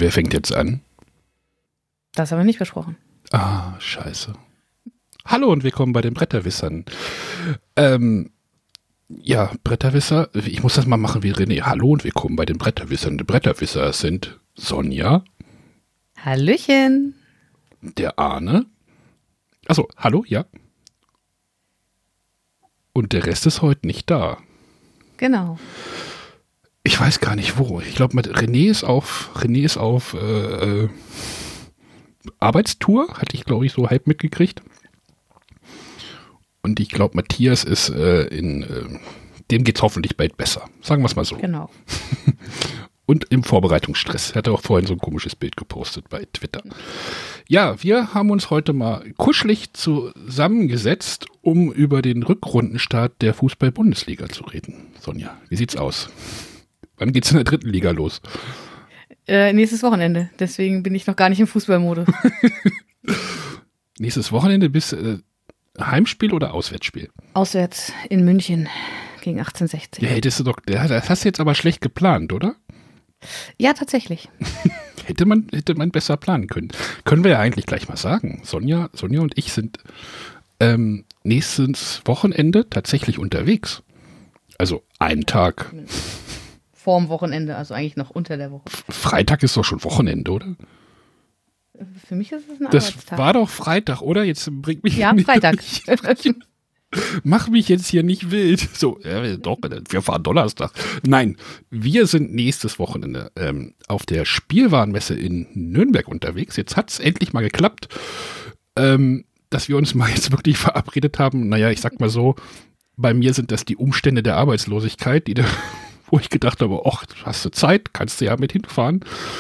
wer fängt jetzt an? Das haben wir nicht besprochen. Ah, scheiße. Hallo und willkommen bei den Bretterwissern. Ja, Bretterwisser, ich muss das mal machen wie René. Hallo und willkommen bei den Bretterwissern. Die Bretterwisser sind Sonja. Hallöchen. Der Arne. Achso, hallo, ja. Und der Rest ist heute nicht da. Genau. Ich weiß gar nicht wo. Ich glaube, René ist auf Arbeitstour, hatte ich, glaube ich, so halb mitgekriegt. Und ich glaube, Matthias ist dem geht's hoffentlich bald besser. Sagen wir es mal so. Genau. Und im Vorbereitungsstress. Er hatte auch vorhin so ein komisches Bild gepostet bei Twitter. Ja, wir haben uns heute mal kuschelig zusammengesetzt, um über den Rückrundenstart der Fußball-Bundesliga zu reden. Sonja, wie sieht's aus? Wann geht's in der 3. Liga los? Nächstes Wochenende. Deswegen bin ich noch gar nicht im Fußballmodus. Nächstes Wochenende bis Heimspiel oder Auswärtsspiel? Auswärts in München gegen 1860. Ja, hättest du doch, das hast du jetzt aber schlecht geplant, oder? Ja, tatsächlich. Hätte man besser planen können. Können wir ja eigentlich gleich mal sagen. Sonja und ich sind nächstes Wochenende tatsächlich unterwegs. Also einen Tag. Vorm Wochenende, also eigentlich noch unter der Woche. Freitag ist doch schon Wochenende, oder? Für mich ist es ein Arbeitstag. Das war doch Freitag, oder? Jetzt bringt mich ja, Freitag. Mach mich jetzt hier nicht wild. So, doch, wir fahren Donnerstag. Nein, wir sind nächstes Wochenende auf der Spielwarenmesse in Nürnberg unterwegs. Jetzt hat es endlich mal geklappt, dass wir uns mal jetzt wirklich verabredet haben. Naja, ich sag mal so, bei mir sind das die Umstände der Arbeitslosigkeit, wo ich gedacht habe, ach, hast du Zeit, kannst du ja mit hinfahren.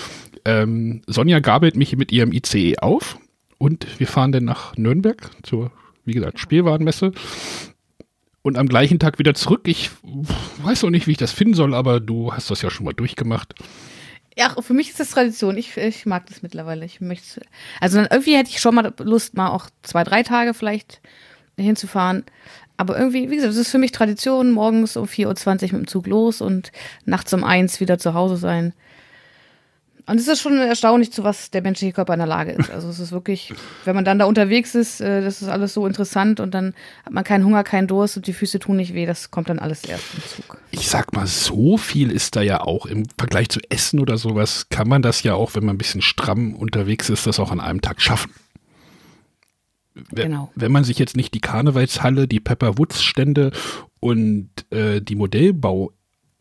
Sonja gabelt mich mit ihrem ICE auf und wir fahren dann nach Nürnberg zur, wie gesagt, Spielwarenmesse und am gleichen Tag wieder zurück. Ich weiß noch nicht, wie ich das finden soll, aber du hast das ja schon mal durchgemacht. Ja, für mich ist das Tradition. Ich mag das mittlerweile. Also dann irgendwie hätte ich schon mal Lust, mal auch 2-3 Tage vielleicht hinzufahren. Aber irgendwie, wie gesagt, das ist für mich Tradition. Morgens um 4.20 Uhr mit dem Zug los und nachts um 1 wieder zu Hause sein. Und es ist schon erstaunlich, zu was der menschliche Körper in der Lage ist. Also es ist wirklich, wenn man dann da unterwegs ist, das ist alles so interessant und dann hat man keinen Hunger, keinen Durst und die Füße tun nicht weh. Das kommt dann alles erst im Zug. Ich sag mal, so viel ist da ja auch im Vergleich zu Essen oder sowas, kann man das ja auch, wenn man ein bisschen stramm unterwegs ist, das auch an einem Tag schaffen. Genau. Wenn man sich jetzt nicht die Karnevalshalle, die Pepper Woods Stände und die Modellbau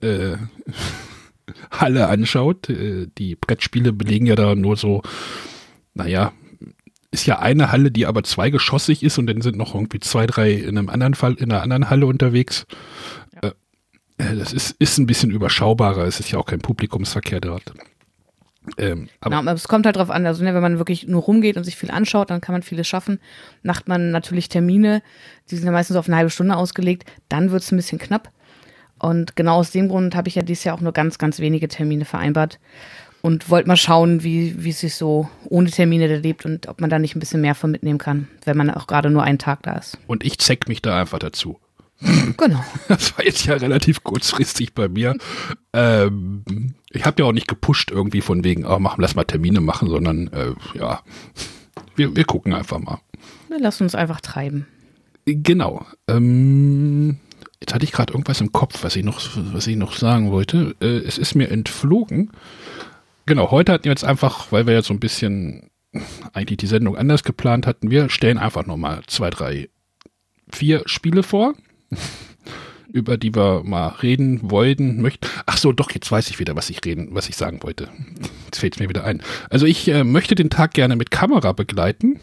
Halle anschaut, die Brettspiele belegen ja da nur so, naja, ist ja eine Halle, die aber zweigeschossig ist und dann sind noch irgendwie 2, 3 in einer anderen Halle unterwegs. Ja. Das ist ein bisschen überschaubarer, es ist ja auch kein Publikumsverkehr dort. Aber es kommt halt drauf an, also wenn man wirklich nur rumgeht und sich viel anschaut, dann kann man vieles schaffen. Macht man natürlich Termine, die sind ja meistens auf eine halbe Stunde ausgelegt, dann wird es ein bisschen knapp. Und genau aus dem Grund habe ich ja dieses Jahr auch nur ganz, ganz wenige Termine vereinbart und wollte mal schauen, wie es sich so ohne Termine erlebt und ob man da nicht ein bisschen mehr von mitnehmen kann, wenn man auch gerade nur einen Tag da ist. Und ich zeck mich da einfach dazu. Genau. Das war jetzt ja relativ kurzfristig bei mir. Ich habe ja auch nicht gepusht irgendwie von wegen, lass mal Termine machen, sondern ja, wir gucken einfach mal. Wir lassen uns einfach treiben. Genau. Jetzt hatte ich gerade irgendwas im Kopf, was ich noch sagen wollte. Es ist mir entflogen. Genau, heute hatten wir jetzt einfach, weil wir jetzt so ein bisschen eigentlich die Sendung anders geplant hatten, wir stellen einfach nochmal 2, 3, 4 Spiele vor, über die wir mal reden möchten. Ach so, doch, jetzt weiß ich wieder, was ich sagen wollte. Jetzt fällt es mir wieder ein. Also ich möchte den Tag gerne mit Kamera begleiten.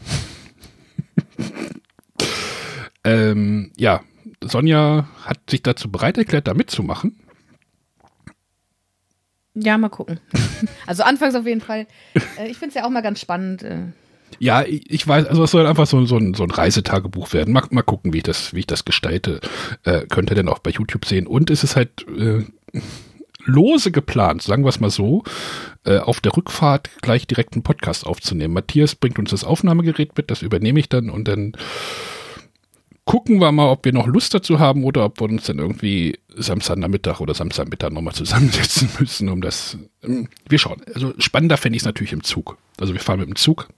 Ja, Sonja hat sich dazu bereit erklärt, da mitzumachen. Ja, mal gucken. Also anfangs auf jeden Fall. Ich finde es ja auch mal ganz spannend. Ja, ich weiß, also es soll einfach so ein Reisetagebuch werden. Mal gucken, wie ich das gestalte. Könnt ihr denn auch bei YouTube sehen. Und es ist halt lose geplant, sagen wir es mal so, auf der Rückfahrt gleich direkt einen Podcast aufzunehmen. Matthias bringt uns das Aufnahmegerät mit, das übernehme ich dann und dann gucken wir mal, ob wir noch Lust dazu haben oder ob wir uns dann irgendwie Samstagnachmittag oder Samstagmittag nochmal zusammensetzen müssen, um das. Wir schauen. Also spannender fände ich es natürlich im Zug. Also wir fahren mit dem Zug.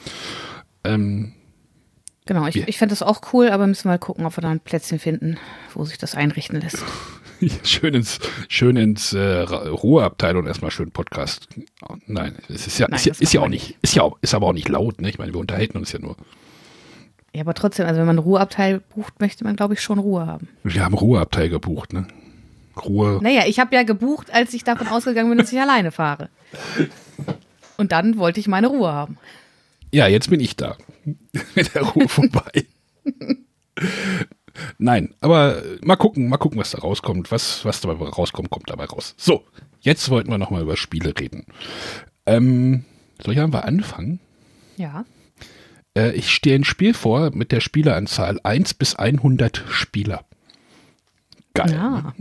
Genau, ich fände das auch cool, aber müssen wir mal gucken, ob wir da ein Plätzchen finden, wo sich das einrichten lässt. Schön ins Ruheabteil und erstmal schön Podcast. Nein, es ist ja, Nein, ist ja auch nicht, ist aber auch nicht laut, ne? Ich meine, wir unterhalten uns ja nur. Ja, aber trotzdem, also wenn man ein Ruheabteil bucht, möchte man, glaube ich, schon Ruhe haben. Wir haben Ruheabteil gebucht, ne? Ruhe. Naja, ich habe ja gebucht, als ich davon ausgegangen bin, dass ich alleine fahre. Und dann wollte ich meine Ruhe haben. Ja, jetzt bin ich da. Mit der Ruhe vorbei. Nein, aber mal gucken, was da rauskommt. Was dabei rauskommt, kommt dabei raus. So, jetzt wollten wir nochmal über Spiele reden. Soll ich einfach anfangen? Ja. Ich stehe ein Spiel vor mit der Spieleranzahl 1 bis 100 Spieler. Geil. Ja.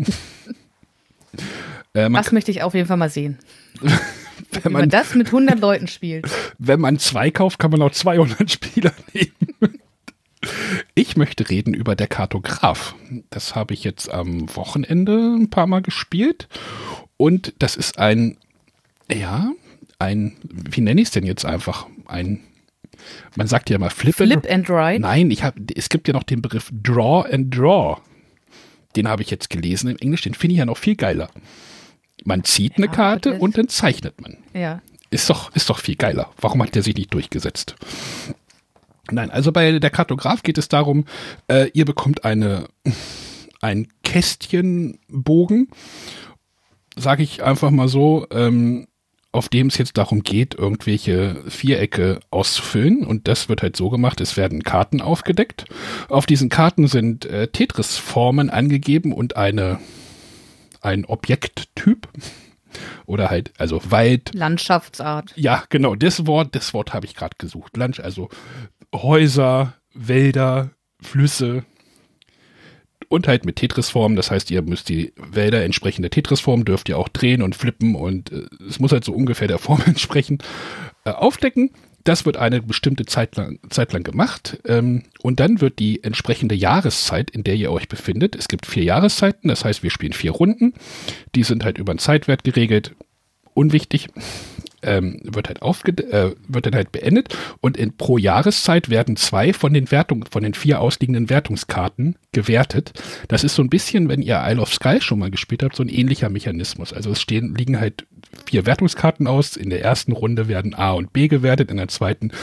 Ne? Das möchte ich auf jeden Fall mal sehen. Wenn man das mit 100 Leuten spielt. Wenn man 2 kauft, kann man auch 200 Spieler nehmen. Ich möchte reden über der Kartograf. Das habe ich jetzt am Wochenende ein paar Mal gespielt. Und das ist wie nenne ich es denn jetzt einfach? Man sagt ja immer Flip and Ride? Nein, es gibt ja noch den Begriff Draw and Draw. Den habe ich jetzt gelesen im Englisch, den finde ich ja noch viel geiler. Man zieht eine Karte und dann zeichnet man. Ja. Ist doch viel geiler. Warum hat der sich nicht durchgesetzt? Nein, also bei der Kartograf geht es darum, ihr bekommt ein Kästchenbogen, sage ich einfach mal so, auf dem es jetzt darum geht, irgendwelche Vierecke auszufüllen. Und das wird halt so gemacht, es werden Karten aufgedeckt. Auf diesen Karten sind Tetris-Formen angegeben und ein Objekttyp. Oder halt, also Wald. Landschaftsart. Ja, genau, das Wort habe ich gerade gesucht. Also Häuser, Wälder, Flüsse. Und halt mit Tetris-Formen, das heißt, ihr müsst die Wälder entsprechend der Tetris-Form, dürft ihr auch drehen und flippen und es muss halt so ungefähr der Form entsprechen, aufdecken. Das wird eine bestimmte Zeit lang gemacht und dann wird die entsprechende Jahreszeit, in der ihr euch befindet, es gibt 4 Jahreszeiten, das heißt, wir spielen 4 Runden, die sind halt über einen Zeitwert geregelt, unwichtig, wird dann halt beendet und pro Jahreszeit werden 2 von den 4 ausliegenden Wertungskarten gewertet. Das ist so ein bisschen, wenn ihr Isle of Skye schon mal gespielt habt, so ein ähnlicher Mechanismus. Also liegen halt 4 Wertungskarten aus. In der ersten Runde werden A und B gewertet, in der zweiten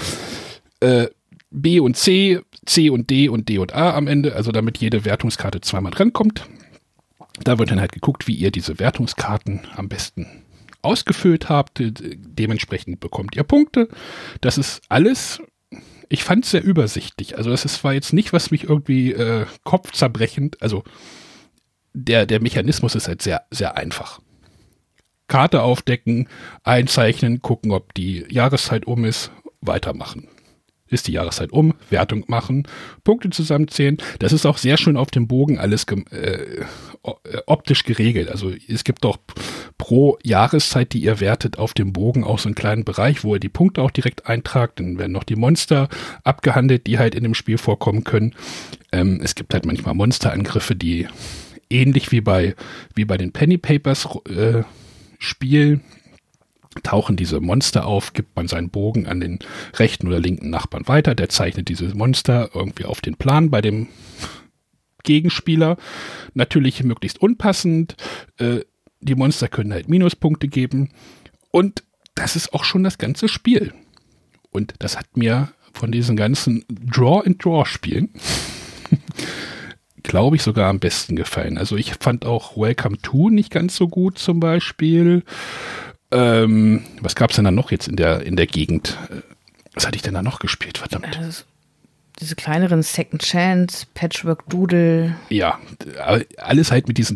B und C, C und D und A am Ende, also damit jede Wertungskarte zweimal drankommt. Da wird dann halt geguckt, wie ihr diese Wertungskarten am besten ausgefüllt habt, dementsprechend bekommt ihr Punkte. Das ist alles, ich fand es sehr übersichtlich. Also war jetzt nicht, was mich irgendwie kopfzerbrechend, also der Mechanismus ist halt sehr, sehr einfach. Karte aufdecken, einzeichnen, gucken, ob die Jahreszeit um ist, weitermachen. Ist die Jahreszeit um, Wertung machen, Punkte zusammenzählen. Das ist auch sehr schön auf dem Bogen alles optisch geregelt. Also es gibt auch pro Jahreszeit, die ihr wertet, auf dem Bogen auch so einen kleinen Bereich, wo ihr die Punkte auch direkt eintragt. Dann werden noch die Monster abgehandelt, die halt in dem Spiel vorkommen können. Es gibt halt manchmal Monsterangriffe, die ähnlich wie bei den Penny Papers Spiel tauchen diese Monster auf, gibt man seinen Bogen an den rechten oder linken Nachbarn weiter, der zeichnet diese Monster irgendwie auf den Plan bei dem Gegenspieler. Natürlich möglichst unpassend. Die Monster können halt Minuspunkte geben. Und das ist auch schon das ganze Spiel. Und das hat mir von diesen ganzen Draw-and-Draw-Spielen glaube ich, sogar am besten gefallen. Also ich fand auch Welcome to nicht ganz so gut zum Beispiel. Was gab es denn da noch jetzt in der Gegend? Was hatte ich denn da noch gespielt? Verdammt. Diese kleineren Second Chance, Patchwork Doodle. Ja, alles halt mit diesen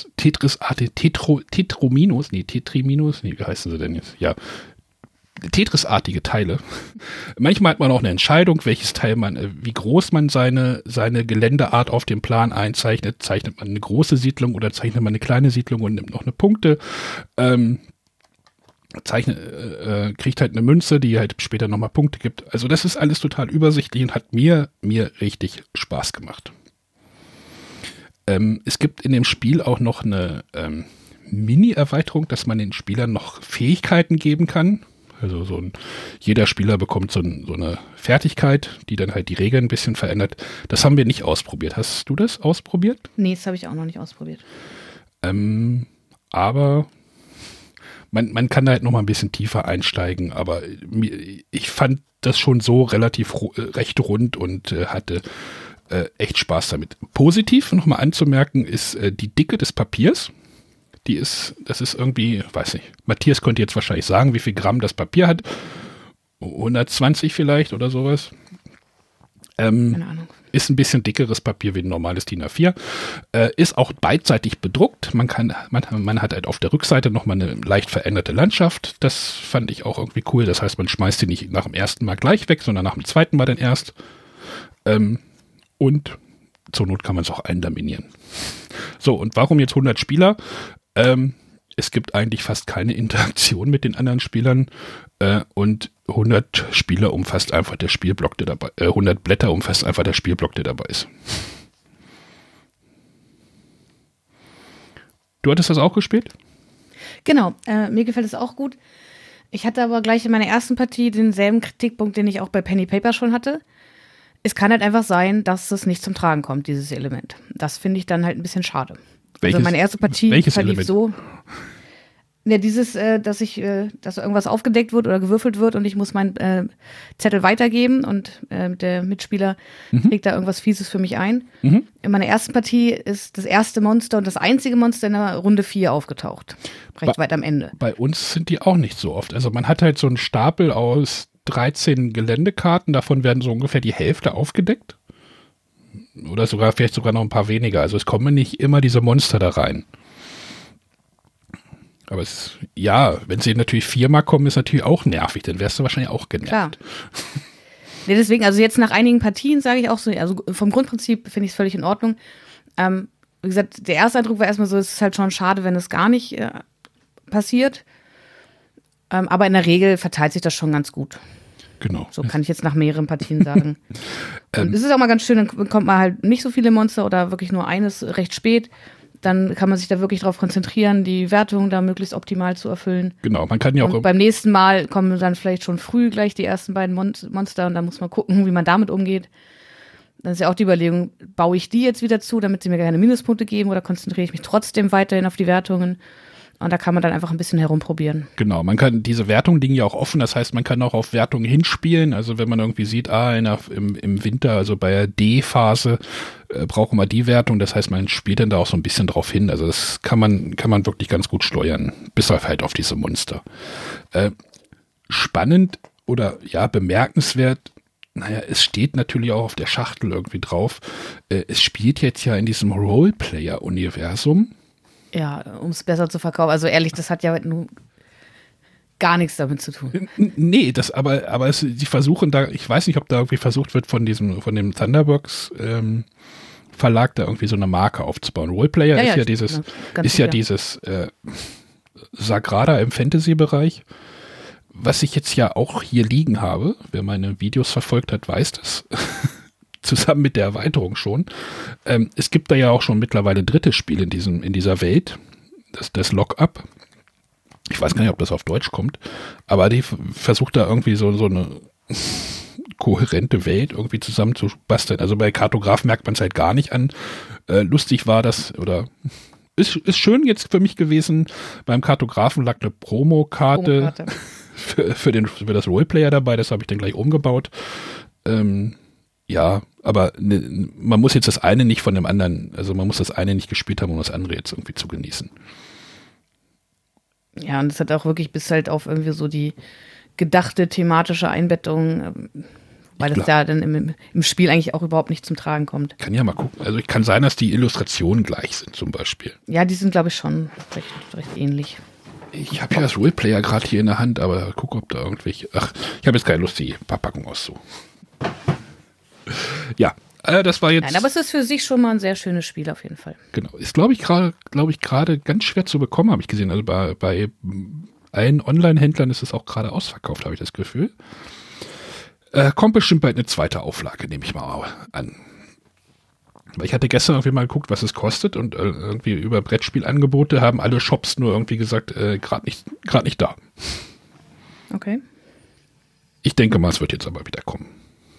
Tetrominos, wie heißen sie denn jetzt? Ja, Tetris-artige Teile. Manchmal hat man auch eine Entscheidung, welches Teil wie groß man seine Geländeart auf dem Plan einzeichnet. Zeichnet man eine große Siedlung oder zeichnet man eine kleine Siedlung und nimmt noch eine Punkte. Kriegt halt eine Münze, die halt später nochmal Punkte gibt. Also das ist alles total übersichtlich und hat mir richtig Spaß gemacht. Es gibt in dem Spiel auch noch eine Mini-Erweiterung, dass man den Spielern noch Fähigkeiten geben kann. Also jeder Spieler bekommt so eine Fertigkeit, die dann halt die Regeln ein bisschen verändert. Das haben wir nicht ausprobiert. Hast du das ausprobiert? Nee, das habe ich auch noch nicht ausprobiert. Aber man kann da halt noch mal ein bisschen tiefer einsteigen. Aber ich fand das schon so relativ recht rund und hatte echt Spaß damit. Positiv nochmal anzumerken ist die Dicke des Papiers. Das ist irgendwie, weiß nicht, Matthias könnte jetzt wahrscheinlich sagen, wie viel Gramm das Papier hat. 120 vielleicht oder sowas. Keine Ahnung. Ist ein bisschen dickeres Papier wie ein normales DIN A4. Ist auch beidseitig bedruckt. Man hat halt auf der Rückseite nochmal eine leicht veränderte Landschaft. Das fand ich auch irgendwie cool. Das heißt, man schmeißt die nicht nach dem ersten Mal gleich weg, sondern nach dem zweiten Mal dann erst. Und zur Not kann man es auch einlaminieren. So, und warum jetzt 100 Spieler? Es gibt eigentlich fast keine Interaktion mit den anderen Spielern und 100 Spieler umfasst einfach der Spielblock, der dabei, 100 Blätter umfasst einfach der Spielblock, der dabei ist. Du hattest das auch gespielt? Genau, mir gefällt es auch gut. Ich hatte aber gleich in meiner ersten Partie denselben Kritikpunkt, den ich auch bei Pen & Paper schon hatte. Es kann halt einfach sein, dass es nicht zum Tragen kommt, dieses Element. Das finde ich dann halt ein bisschen schade. Also meine erste Partie verlief so. Ja, dieses, dass irgendwas aufgedeckt wird oder gewürfelt wird und ich muss meinen Zettel weitergeben und der Mitspieler trägt da irgendwas Fieses für mich ein. In meiner ersten Partie ist das erste Monster und das einzige Monster in der Runde 4 aufgetaucht. Recht weit am Ende. Bei uns sind die auch nicht so oft. Also man hat halt so einen Stapel aus 13 Geländekarten, davon werden so ungefähr die Hälfte aufgedeckt. Oder vielleicht sogar noch ein paar weniger. Also es kommen nicht immer diese Monster da rein. Aber wenn sie natürlich 4-mal kommen, ist natürlich auch nervig. Dann wärst du wahrscheinlich auch genervt. Klar. Nee, deswegen, also jetzt nach einigen Partien sage ich auch so, also vom Grundprinzip finde ich es völlig in Ordnung. Wie gesagt, der erste Eindruck war erstmal so, es ist halt schon schade, wenn es gar nicht passiert. Aber in der Regel verteilt sich das schon ganz gut. Genau. So kann ich jetzt nach mehreren Partien sagen. Und es ist auch mal ganz schön, dann bekommt man halt nicht so viele Monster oder wirklich nur eines recht spät. Dann kann man sich da wirklich darauf konzentrieren, die Wertung da möglichst optimal zu erfüllen. Genau, man kann ja auch. Und beim nächsten Mal kommen dann vielleicht schon früh gleich die ersten beiden Monster und dann muss man gucken, wie man damit umgeht. Dann ist ja auch die Überlegung, baue ich die jetzt wieder zu, damit sie mir keine Minuspunkte geben oder konzentriere ich mich trotzdem weiterhin auf die Wertungen? Und da kann man dann einfach ein bisschen herumprobieren. Genau, diese Wertungen liegen ja auch offen, das heißt, man kann auch auf Wertungen hinspielen. Also wenn man irgendwie sieht, im Winter, also bei der D-Phase, brauchen wir die Wertung. Das heißt, man spielt dann da auch so ein bisschen drauf hin. Also das kann man wirklich ganz gut steuern, bis halt auf diese Monster. Spannend oder ja, bemerkenswert, es steht natürlich auch auf der Schachtel irgendwie drauf. Es spielt jetzt ja in diesem Roleplayer-Universum. Ja, um es besser zu verkaufen. Also ehrlich, das hat ja nun gar nichts damit zu tun. Nee, sie versuchen da, ich weiß nicht, ob da irgendwie versucht wird, von dem Thunderbox Verlag da irgendwie so eine Marke aufzubauen. Roleplayer ist ja dieses Sagrada im Fantasy-Bereich, was ich jetzt ja auch hier liegen habe. Wer meine Videos verfolgt hat, weiß das. Zusammen mit der Erweiterung schon. Es gibt da ja auch schon mittlerweile ein drittes Spiel in dieser Welt, das Lock-Up. Ich weiß gar nicht, ob das auf Deutsch kommt, aber die versucht da irgendwie so eine kohärente Welt irgendwie zusammenzubasteln. Also bei Kartograf merkt man es halt gar nicht an. Lustig war das, oder ist schön jetzt für mich gewesen, beim Kartografen lag eine Promokarte für das Roleplayer dabei, das habe ich dann gleich umgebaut. Ja, aber man muss jetzt das eine nicht von dem anderen, also man muss das eine nicht gespielt haben, um das andere jetzt irgendwie zu genießen. Ja, und es hat auch wirklich bis halt auf irgendwie so die gedachte thematische Einbettung, weil das ja dann im Spiel eigentlich auch überhaupt nicht zum Tragen kommt. Kann ja mal gucken. Also kann sein, dass die Illustrationen gleich sind zum Beispiel. Ja, die sind, glaube ich, schon recht ähnlich. Ich habe ja das Roleplayer gerade hier in der Hand, aber guck, ob da irgendwelche. Ach, ich habe jetzt keine Lust, die Verpackung auszusuchen. Ja, das war jetzt. Nein, aber es ist für sich schon mal ein sehr schönes Spiel auf jeden Fall. Genau. Ist, glaube ich, gerade ganz schwer zu bekommen, habe ich gesehen. Also bei allen Online-Händlern ist es auch gerade ausverkauft, habe ich das Gefühl. Kommt bestimmt bald eine zweite Auflage, nehme ich mal an. Weil ich hatte gestern irgendwie mal geguckt, was es kostet und irgendwie über Brettspielangebote haben alle Shops nur irgendwie gesagt, gerade nicht da. Okay. Ich denke mal, es wird jetzt aber wieder kommen.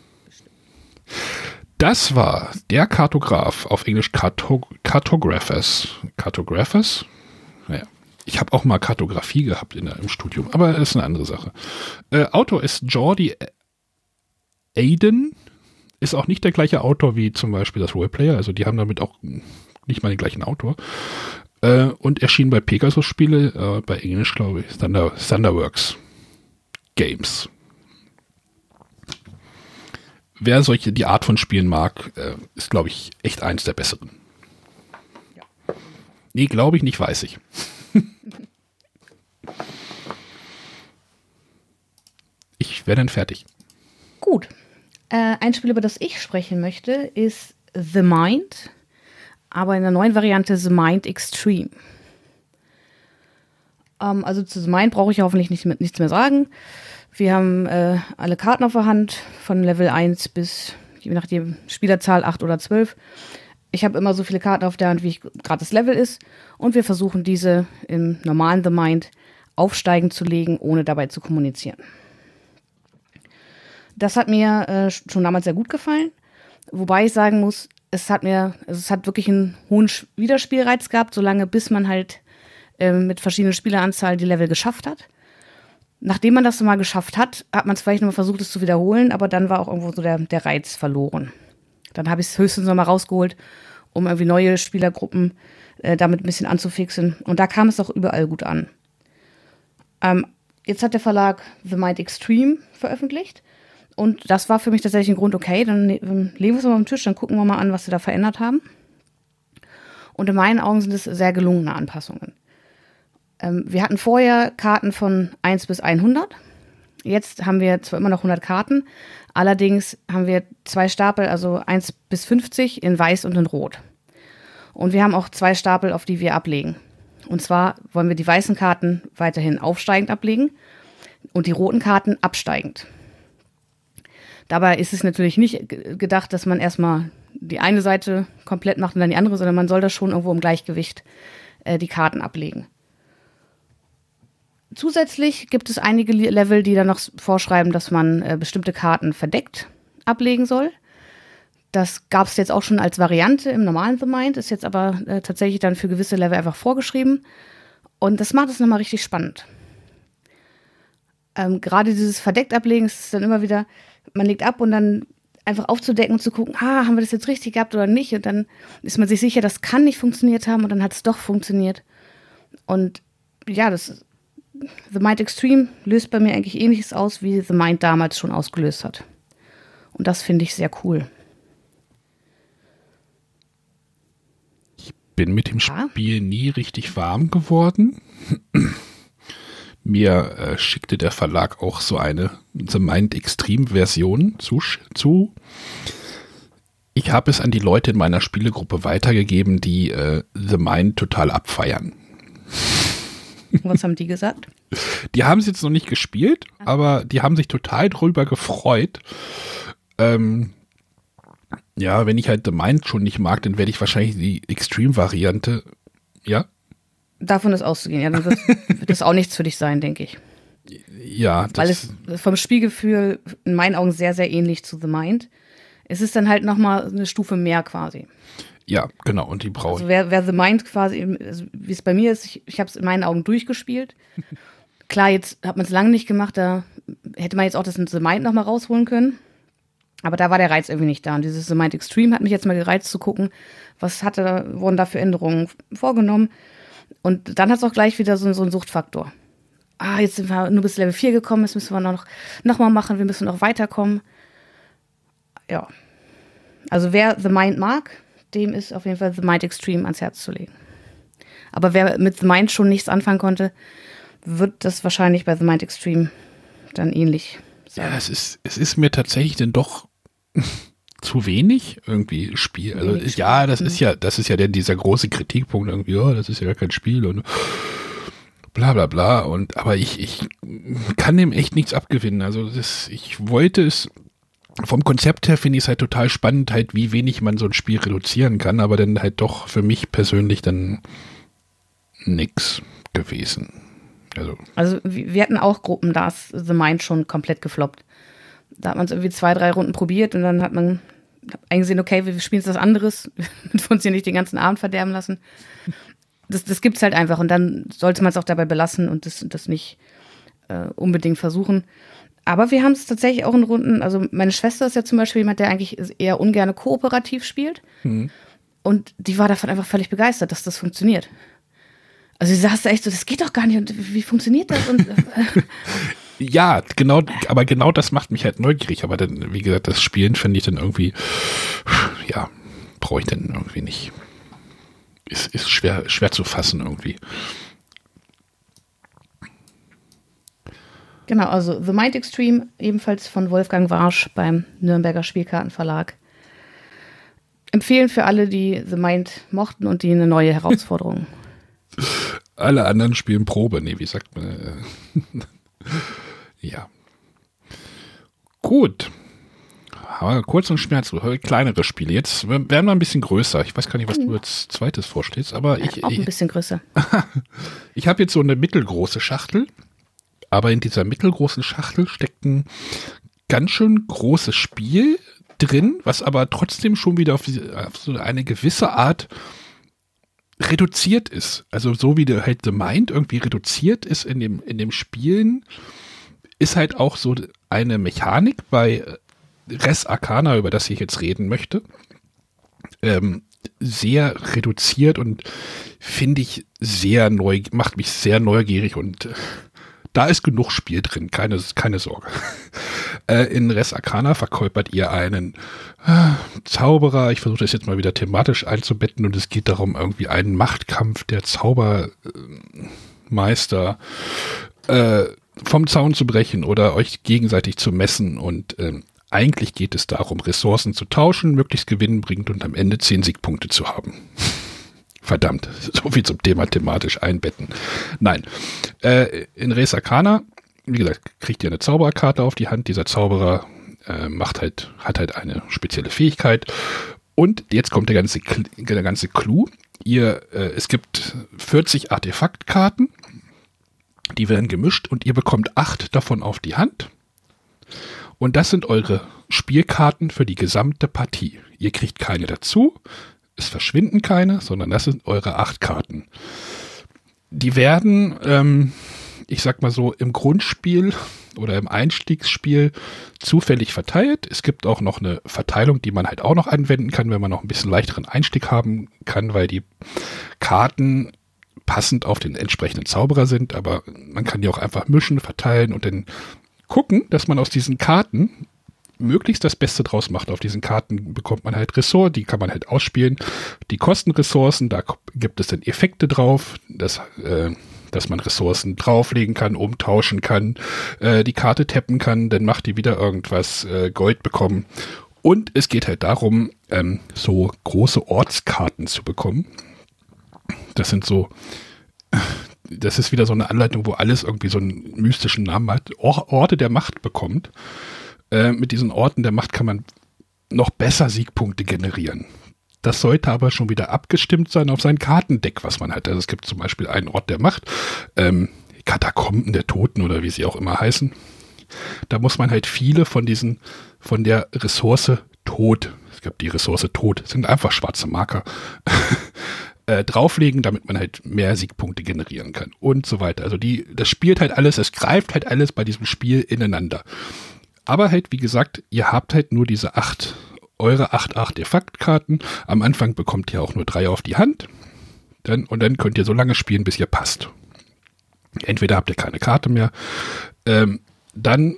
Das war der Kartograf, auf Englisch Cartographers. Cartographers? Naja, ich habe auch mal Kartografie gehabt im Studium, aber das ist eine andere Sache. Autor ist Jordi Aiden. Ist auch nicht der gleiche Autor wie zum Beispiel das Roleplayer, also die haben damit auch nicht mal den gleichen Autor. Und erschien bei Pegasus-Spiele, bei Englisch glaube ich, Thunderworks Games. Wer die Art von Spielen mag, ist, glaube ich, echt eins der besseren. Ja. Nee, glaube ich nicht, weiß ich. Ich wäre dann fertig. Gut. Ein Spiel, über das ich sprechen möchte, ist The Mind, aber in der neuen Variante The Mind Extreme. Also zu The Mind brauche ich hoffentlich nichts mehr sagen. Wir haben alle Karten auf der Hand, von Level 1 bis, je nachdem, Spielerzahl 8 oder 12. Ich habe immer so viele Karten auf der Hand, wie gerade das Level ist. Und wir versuchen diese im normalen The Mind aufsteigend zu legen, ohne dabei zu kommunizieren. Das hat mir schon damals sehr gut gefallen, wobei ich sagen muss, es hat wirklich einen hohen Wiederspielreiz gehabt, solange bis man halt mit verschiedenen Spieleranzahlen die Level geschafft hat. Nachdem man das mal geschafft hat, hat man es vielleicht nochmal versucht, es zu wiederholen, aber dann war auch irgendwo so der Reiz verloren. Dann habe ich es höchstens nochmal rausgeholt, um irgendwie neue Spielergruppen damit ein bisschen anzufixen. Und da kam es auch überall gut an. Jetzt hat der Verlag The Mind Extreme veröffentlicht. Und das war für mich tatsächlich ein Grund, okay, dann legen wir es mal auf den Tisch, dann gucken wir mal an, was sie da verändert haben. Und in meinen Augen sind es sehr gelungene Anpassungen. Wir hatten vorher Karten von 1 bis 100. Jetzt haben wir zwar immer noch 100 Karten, allerdings haben wir 2 Stapel, also 1 bis 50 in Weiß und in Rot. Und wir haben auch 2 Stapel, auf die wir ablegen. Und zwar wollen wir die weißen Karten weiterhin aufsteigend ablegen und die roten Karten absteigend. Dabei ist es natürlich nicht gedacht, dass man erstmal die eine Seite komplett macht und dann die andere, sondern man soll das schon irgendwo im Gleichgewicht die Karten ablegen. Zusätzlich gibt es einige Level, die dann noch vorschreiben, dass man bestimmte Karten verdeckt ablegen soll. Das gab es jetzt auch schon als Variante im normalen The Mind, ist jetzt aber tatsächlich dann für gewisse Level einfach vorgeschrieben. Und das macht es nochmal richtig spannend. Gerade dieses verdeckt ablegen ist dann immer wieder, man legt ab und dann einfach aufzudecken und zu gucken, haben wir das jetzt richtig gehabt oder nicht? Und dann ist man sich sicher, das kann nicht funktioniert haben und dann hat es doch funktioniert. Und ja, The Mind Extreme löst bei mir eigentlich Ähnliches aus, wie The Mind damals schon ausgelöst hat. Und das finde ich sehr cool. Ich bin mit dem Spiel nie richtig warm geworden. Mir schickte der Verlag auch so eine The Mind Extreme Version zu. Ich habe es an die Leute in meiner Spielegruppe weitergegeben, die The Mind total abfeiern. Was haben die gesagt? Die haben es jetzt noch nicht gespielt, aber die haben sich total drüber gefreut. Ja, wenn ich halt The Mind schon nicht mag, dann werde ich wahrscheinlich die Extreme-Variante, ja? Davon ist auszugehen, ja, dann wird das auch nichts für dich sein, denke ich. Ja. Weil es vom Spielgefühl in meinen Augen sehr, sehr ähnlich zu The Mind. Es ist dann halt nochmal eine Stufe mehr quasi. Ja, genau, und die brauche ich. Also wer The Mind quasi, also wie es bei mir ist, ich habe es in meinen Augen durchgespielt. Klar, jetzt hat man es lange nicht gemacht, da hätte man jetzt auch das The Mind nochmal rausholen können. Aber da war der Reiz irgendwie nicht da. Und dieses The Mind Extreme hat mich jetzt mal gereizt zu gucken, wurden da für Änderungen vorgenommen. Und dann hat es auch gleich wieder so einen Suchtfaktor. Jetzt sind wir nur bis Level 4 gekommen, jetzt müssen wir noch mal machen, wir müssen noch weiterkommen. Ja. Also wer The Mind mag, dem ist auf jeden Fall The Mind Extreme ans Herz zu legen. Aber wer mit The Mind schon nichts anfangen konnte, wird das wahrscheinlich bei The Mind Extreme dann ähnlich sein. Ja, es ist mir tatsächlich denn doch zu wenig irgendwie Spiel. Also ja, das ist ja dann dieser große Kritikpunkt irgendwie, das ist ja gar kein Spiel und bla bla bla. Aber ich kann dem echt nichts abgewinnen. Also ich wollte es vom Konzept her finde ich es halt total spannend, halt wie wenig man so ein Spiel reduzieren kann, aber dann halt doch für mich persönlich dann nix gewesen. Also wir hatten auch Gruppen, da ist The Mind schon komplett gefloppt. Da hat man es irgendwie 2, 3 Runden probiert und dann hat man eingesehen, okay, wir spielen jetzt was anderes, mit uns hier nicht den ganzen Abend verderben lassen. Das gibt's halt einfach und dann sollte man es auch dabei belassen und das nicht unbedingt versuchen. Aber wir haben es tatsächlich auch in Runden, also meine Schwester ist ja zum Beispiel jemand, der eigentlich eher ungern kooperativ spielt. Und die war davon einfach völlig begeistert, dass das funktioniert. Also sie saß da echt so, das geht doch gar nicht und wie funktioniert das? Und ja, genau, aber genau das macht mich halt neugierig. Aber dann, wie gesagt, das Spielen finde ich dann irgendwie, ja, brauche ich dann irgendwie nicht. Ist schwer zu fassen irgendwie. Genau, also The Mind Extreme, ebenfalls von Wolfgang Warsch beim Nürnberger Spielkartenverlag. Empfehlen für alle, die The Mind mochten und die eine neue Herausforderung. Alle anderen spielen Probe. Nee, wie sagt man? Ja. Gut. Aber kurz und schmerzlos. Kleinere Spiele. Jetzt werden wir ein bisschen größer. Ich weiß gar nicht, was du als zweites vorstellst, aber auch ein bisschen größer. Ich habe jetzt so eine mittelgroße Schachtel. Aber in dieser mittelgroßen Schachtel steckt ein ganz schön großes Spiel drin, was aber trotzdem schon wieder auf so eine gewisse Art reduziert ist. Also so wie der halt The Mind irgendwie reduziert ist in dem Spielen, ist halt auch so eine Mechanik bei Res Arcana, über das ich jetzt reden möchte, sehr reduziert und finde ich macht mich sehr neugierig und da ist genug Spiel drin, keine Sorge. In Res Arcana verkörpert ihr einen Zauberer, ich versuche das jetzt mal wieder thematisch einzubetten und es geht darum, irgendwie einen Machtkampf der Zaubermeister vom Zaun zu brechen oder euch gegenseitig zu messen und eigentlich geht es darum, Ressourcen zu tauschen, möglichst gewinnbringend und am Ende 10 Siegpunkte zu haben. Verdammt, so viel zum Thema thematisch einbetten. Nein, in Res Arcana, wie gesagt, kriegt ihr eine Zaubererkarte auf die Hand. Dieser Zauberer hat halt eine spezielle Fähigkeit. Und jetzt kommt der ganze Clou. Es gibt 40 Artefaktkarten, die werden gemischt und ihr bekommt 8 davon auf die Hand. Und das sind eure Spielkarten für die gesamte Partie. Ihr kriegt keine dazu. Es verschwinden keine, sondern das sind eure 8 Karten. Die werden, ich sag mal so, im Grundspiel oder im Einstiegsspiel zufällig verteilt. Es gibt auch noch eine Verteilung, die man halt auch noch anwenden kann, wenn man noch ein bisschen leichteren Einstieg haben kann, weil die Karten passend auf den entsprechenden Zauberer sind. Aber man kann die auch einfach mischen, verteilen und dann gucken, dass man aus diesen Karten möglichst das Beste draus macht. Auf diesen Karten bekommt man halt Ressourcen, die kann man halt ausspielen. Die kosten Ressourcen, da gibt es dann Effekte drauf, dass man Ressourcen drauflegen kann, umtauschen kann, die Karte tappen kann, dann macht die wieder irgendwas, Gold bekommen. Und es geht halt darum, so große Ortskarten zu bekommen. Das ist wieder so eine Anleitung, wo alles irgendwie so einen mystischen Namen hat. Orte der Macht bekommt. Mit diesen Orten der Macht kann man noch besser Siegpunkte generieren. Das sollte aber schon wieder abgestimmt sein auf sein Kartendeck, was man hat. Also es gibt zum Beispiel einen Ort der Macht, Katakomben der Toten oder wie sie auch immer heißen. Da muss man halt viele von der Ressource Tod, es gibt die Ressource Tod, sind einfach schwarze Marker, drauflegen, damit man halt mehr Siegpunkte generieren kann und so weiter. Also das spielt halt alles, es greift halt alles bei diesem Spiel ineinander. Aber halt, wie gesagt, ihr habt halt nur diese eure 8 Artefaktkarten. Am Anfang bekommt ihr auch nur 3 auf die Hand. Und dann könnt ihr so lange spielen, bis ihr passt. Entweder habt ihr keine Karte mehr, dann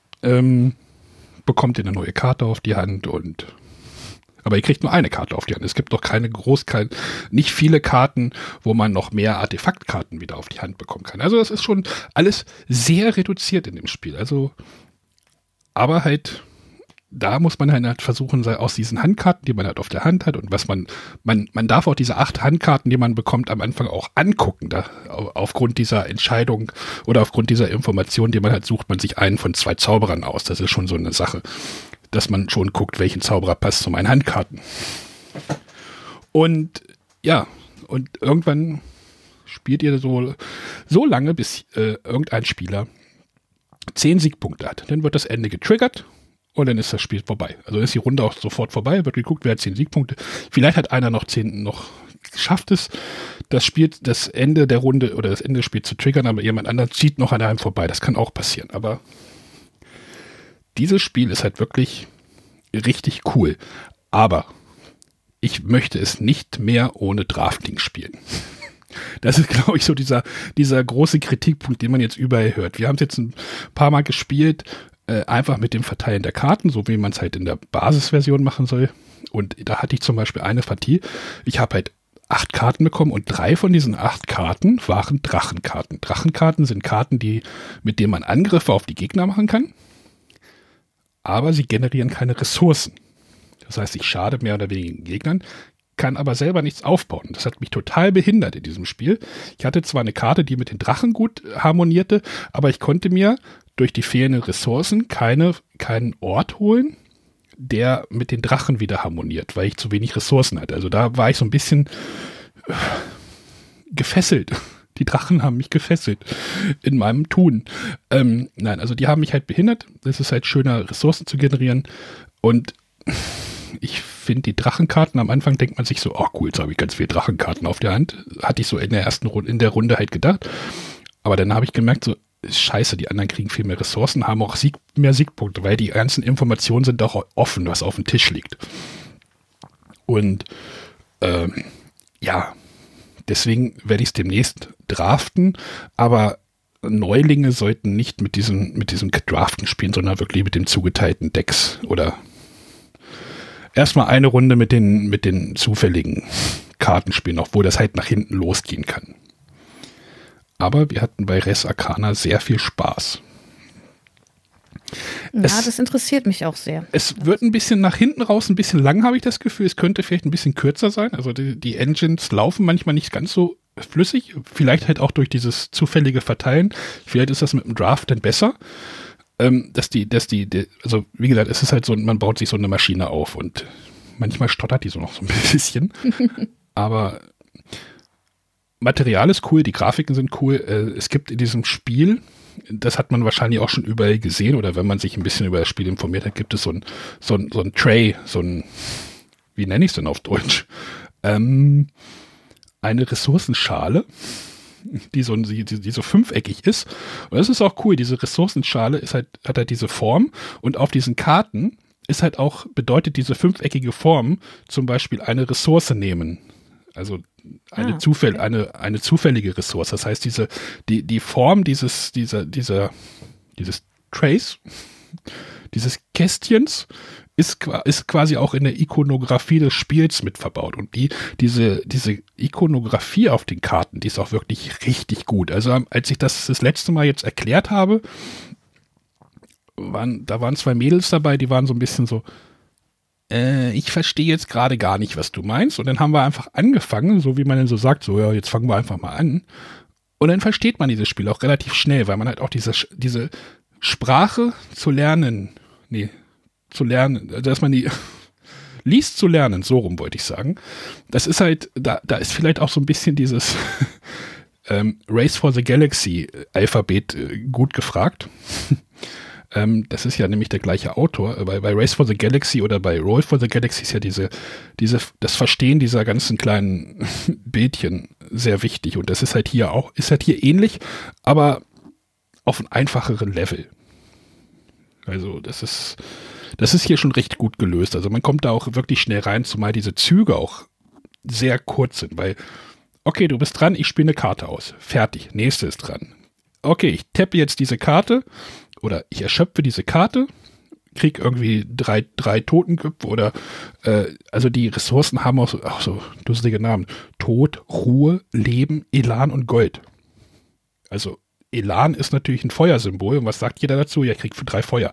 bekommt ihr eine neue Karte auf die Hand aber ihr kriegt nur eine Karte auf die Hand. Es gibt noch nicht viele Karten, wo man noch mehr Artefaktkarten wieder auf die Hand bekommen kann. Also das ist schon alles sehr reduziert in dem Spiel. Also aber halt, da muss man halt versuchen, aus diesen Handkarten, die man halt auf der Hand hat und was man darf auch diese 8 Handkarten, die man bekommt, am Anfang auch angucken. Aufgrund dieser Entscheidung oder aufgrund dieser Information, die man halt sucht, man sich einen von 2 Zauberern aus. Das ist schon so eine Sache. dass man schon guckt, welchen Zauberer passt zu meinen Handkarten. Und ja, und irgendwann spielt ihr so lange, bis irgendein Spieler 10 Siegpunkte hat. Dann wird das Ende getriggert und dann ist das Spiel vorbei. Also ist die Runde auch sofort vorbei, wird geguckt, wer hat 10 Siegpunkte. Vielleicht hat einer noch 10, schafft es, das Ende der Runde oder das Ende des Spiels zu triggern, aber jemand anderes zieht noch an einem vorbei. Das kann auch passieren. Aber dieses Spiel ist halt wirklich richtig cool. Aber ich möchte es nicht mehr ohne Drafting spielen. Das ist, glaube ich, so dieser große Kritikpunkt, den man jetzt überall hört. Wir haben es jetzt ein paar Mal gespielt, einfach mit dem Verteilen der Karten, so wie man es halt in der Basisversion machen soll. Und da hatte ich zum Beispiel eine Partie, ich habe halt 8 Karten bekommen und 3 von diesen 8 Karten waren Drachenkarten. Drachenkarten sind Karten, mit denen man Angriffe auf die Gegner machen kann, aber sie generieren keine Ressourcen. Das heißt, ich schade mehr oder weniger den Gegnern, kann aber selber nichts aufbauen. Das hat mich total behindert in diesem Spiel. Ich hatte zwar eine Karte, die mit den Drachen gut harmonierte, aber ich konnte mir durch die fehlenden Ressourcen keinen Ort holen, der mit den Drachen wieder harmoniert, weil ich zu wenig Ressourcen hatte. Also da war ich so ein bisschen gefesselt. Die Drachen haben mich gefesselt in meinem Tun. Nein, also die haben mich halt behindert. Es ist halt schöner, Ressourcen zu generieren. Und ich finde die Drachenkarten, am Anfang denkt man sich so, oh cool, jetzt habe ich ganz viele Drachenkarten auf der Hand. Hatte ich so in der Runde halt gedacht. Aber dann habe ich gemerkt, so, scheiße, die anderen kriegen viel mehr Ressourcen, haben auch mehr Siegpunkte, weil die ganzen Informationen sind auch offen, was auf dem Tisch liegt. Und ja, deswegen werde ich es demnächst draften, aber Neulinge sollten nicht mit diesem Draften spielen, sondern wirklich mit den zugeteilten Decks oder erstmal eine Runde mit den zufälligen Karten spielen, obwohl das halt nach hinten losgehen kann. Aber wir hatten bei Res Arcana sehr viel Spaß. Ja, das interessiert mich auch sehr. Es wird ein bisschen nach hinten raus, ein bisschen lang, habe ich das Gefühl. Es könnte vielleicht ein bisschen kürzer sein. Also die Engines laufen manchmal nicht ganz so flüssig. Vielleicht halt auch durch dieses zufällige Verteilen. Vielleicht ist das mit dem Draft dann besser. Also wie gesagt, es ist halt so, man baut sich so eine Maschine auf und manchmal stottert die so noch so ein bisschen. Aber Material ist cool, die Grafiken sind cool. Es gibt in diesem Spiel, das hat man wahrscheinlich auch schon überall gesehen oder wenn man sich ein bisschen über das Spiel informiert hat, gibt es so ein Tray, wie nenne ich es denn auf Deutsch? Eine Ressourcenschale, die so fünfeckig ist. Und das ist auch cool. Diese Ressourcenschale hat halt diese Form und auf diesen Karten bedeutet diese fünfeckige Form zum Beispiel eine Ressource nehmen. Also eine zufällige Ressource. Das heißt, die Form dieses Trays, dieses Kästchens ist quasi auch in der Ikonografie des Spiels mit verbaut. Und diese Ikonografie auf den Karten, die ist auch wirklich richtig gut. Also als ich das letzte Mal jetzt erklärt habe, da waren 2 Mädels dabei, die waren so ein bisschen so, ich verstehe jetzt gerade gar nicht, was du meinst. Und dann haben wir einfach angefangen, so wie man dann so sagt, so ja, jetzt fangen wir einfach mal an. Und dann versteht man dieses Spiel auch relativ schnell, weil man halt auch diese Sprache dass man die liest zu lernen, so rum wollte ich sagen. Das ist halt, da ist vielleicht auch so ein bisschen dieses Race for the Galaxy Alphabet gut gefragt. Das ist ja nämlich der gleiche Autor. Bei Race for the Galaxy oder bei Roll for the Galaxy ist ja das Verstehen dieser ganzen kleinen Bildchen sehr wichtig. Und das ist halt hier ähnlich, aber auf einem einfacheren Level. Also das ist hier schon recht gut gelöst. Also man kommt da auch wirklich schnell rein, zumal diese Züge auch sehr kurz sind, weil, okay, du bist dran, ich spiele eine Karte aus. Fertig, nächste ist dran. Okay, ich tappe jetzt diese Karte oder ich erschöpfe diese Karte, krieg irgendwie drei Totenköpfe oder also die Ressourcen haben auch so lustige Namen. Tod, Ruhe, Leben, Elan und Gold. Also Elan ist natürlich ein Feuersymbol. Und was sagt jeder dazu? Ja, ich krieg für 3 Feuer.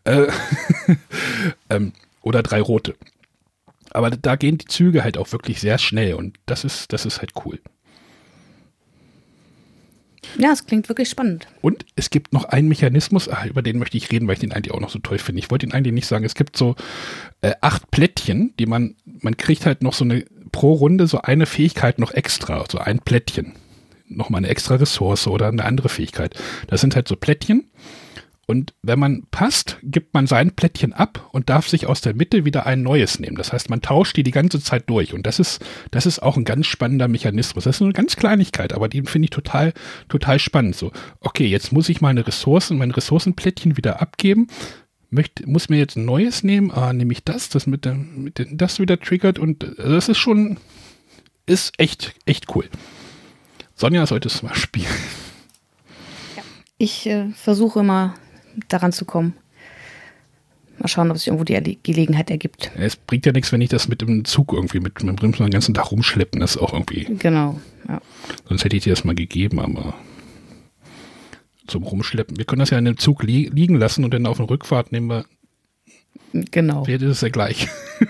Oder 3 rote. Aber da gehen die Züge halt auch wirklich sehr schnell und das ist halt cool. Ja, es klingt wirklich spannend. Und es gibt noch einen Mechanismus, über den möchte ich reden, weil ich den eigentlich auch noch so toll finde. Ich wollte ihn eigentlich nicht sagen. Es gibt so 8 Plättchen, die man kriegt halt noch so pro Runde so eine Fähigkeit noch extra, so ein Plättchen. Nochmal eine extra Ressource oder eine andere Fähigkeit. Das sind halt so Plättchen. Und wenn man passt, gibt man sein Plättchen ab und darf sich aus der Mitte wieder ein neues nehmen. Das heißt, man tauscht die ganze Zeit durch. Und das ist auch ein ganz spannender Mechanismus. Das ist eine ganz Kleinigkeit, aber die finde ich total, total spannend. So, okay, jetzt muss ich mein Ressourcenplättchen wieder abgeben. Muss mir jetzt ein neues nehmen. Nehme ich das das wieder triggert. Und das ist echt cool. Sonja, solltest du mal spielen. Ja. Ich versuche immer daran zu kommen. Mal schauen, ob sich irgendwo die Gelegenheit ergibt. Es bringt ja nichts, wenn ich das mit dem Zug irgendwie mit dem den ganzen Tag rumschleppen. Das ist auch irgendwie. Genau, ja. Sonst hätte ich dir das mal gegeben, aber zum Rumschleppen. Wir können das ja in dem Zug liegen lassen und dann auf der Rückfahrt nehmen wir. Genau. Vielleicht ist es ja gleich.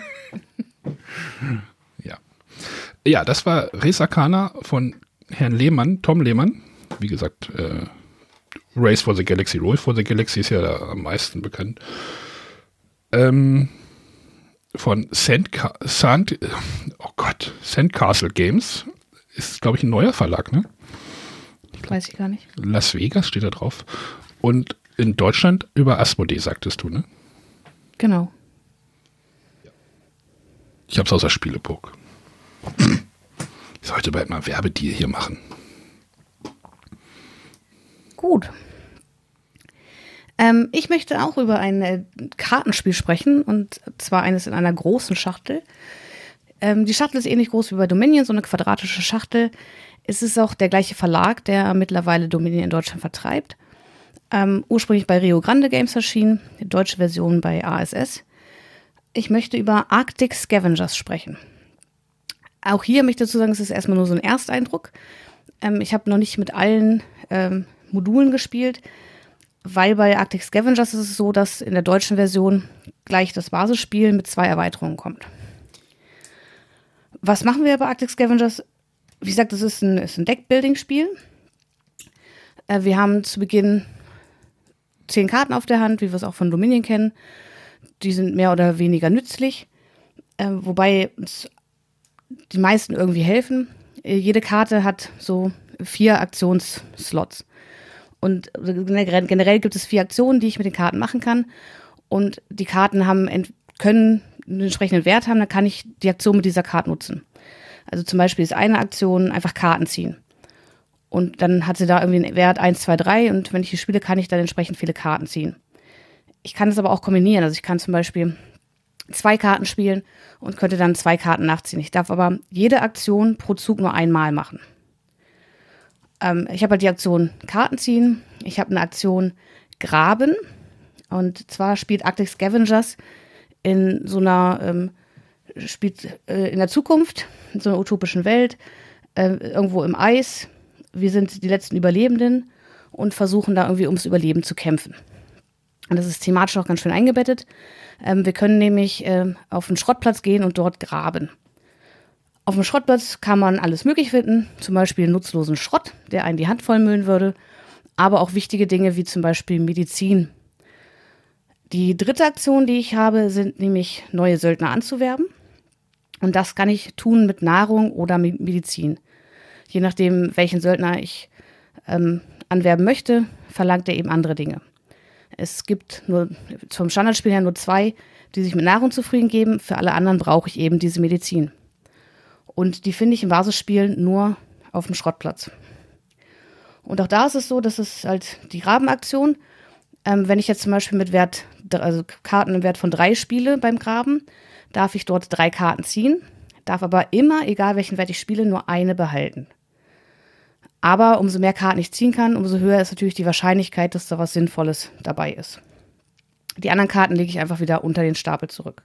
Ja. Ja, das war Res Arcana von Herrn Lehmann, Tom Lehmann. Wie gesagt, Race for the Galaxy, Roll for the Galaxy ist ja da am meisten bekannt. Von Sandcastle Games. Ist, glaube ich, ein neuer Verlag, ne? Weiß ich gar nicht. Las Vegas steht da drauf. Und in Deutschland über Asmodee, sagtest du, ne? Genau. Ich hab's aus der Spieleburg. Ich sollte bald mal Werbedeal hier machen. Gut. Ich möchte auch über ein Kartenspiel sprechen, und zwar eines in einer großen Schachtel. Die Schachtel ist ähnlich groß wie bei Dominion, so eine quadratische Schachtel. Es ist auch der gleiche Verlag, der mittlerweile Dominion in Deutschland vertreibt. Ursprünglich bei Rio Grande Games erschienen, die deutsche Version bei ASS. Ich möchte über Arctic Scavengers sprechen. Auch hier möchte ich dazu sagen, es ist erstmal nur so ein Ersteindruck. Ich habe noch nicht mit allen Modulen gespielt, weil bei Arctic Scavengers ist es so, dass in der deutschen Version gleich das Basisspiel mit 2 Erweiterungen kommt. Was machen wir bei Arctic Scavengers? Wie gesagt, das ist ein Deckbuilding-Spiel. Wir haben zu Beginn 10 Karten auf der Hand, wie wir es auch von Dominion kennen. Die sind mehr oder weniger nützlich, wobei uns die meisten irgendwie helfen. Jede Karte hat so 4 Aktionsslots. Und generell gibt es 4 Aktionen, die ich mit den Karten machen kann. Und die Karten können einen entsprechenden Wert haben, dann kann ich die Aktion mit dieser Karte nutzen. Also zum Beispiel ist eine Aktion einfach Karten ziehen. Und dann hat sie da irgendwie einen Wert 1, 2, 3. Und wenn ich die spiele, kann ich dann entsprechend viele Karten ziehen. Ich kann das aber auch kombinieren. Also ich kann zum Beispiel 2 Karten spielen und könnte dann 2 Karten nachziehen. Ich darf aber jede Aktion pro Zug nur einmal machen. Ich habe halt die Aktion Karten ziehen. Ich habe eine Aktion Graben. Und zwar spielt Arctic Scavengers in so einer, in der Zukunft, in so einer utopischen Welt, irgendwo im Eis. Wir sind die letzten Überlebenden und versuchen da irgendwie ums Überleben zu kämpfen. Und das ist thematisch auch ganz schön eingebettet. Wir können nämlich auf einen Schrottplatz gehen und dort graben. Auf dem Schrottplatz kann man alles Mögliche finden, zum Beispiel nutzlosen Schrott, der einen die Hand vollmüllen würde, aber auch wichtige Dinge wie zum Beispiel Medizin. Die dritte Aktion, die ich habe, sind nämlich neue Söldner anzuwerben. Und das kann ich tun mit Nahrung oder Medizin. Je nachdem, welchen Söldner ich anwerben möchte, verlangt er eben andere Dinge. Es gibt nur vom Standardspiel her nur 2, die sich mit Nahrung zufrieden geben. Für alle anderen brauche ich eben diese Medizin. Und die finde ich im Basisspiel nur auf dem Schrottplatz. Und auch da ist es so, dass es halt die Grabenaktion, wenn ich jetzt zum Beispiel mit Karten im Wert von 3 spiele beim Graben, darf ich dort 3 Karten ziehen, darf aber immer, egal welchen Wert ich spiele, nur eine behalten. Aber umso mehr Karten ich ziehen kann, umso höher ist natürlich die Wahrscheinlichkeit, dass da was Sinnvolles dabei ist. Die anderen Karten lege ich einfach wieder unter den Stapel zurück.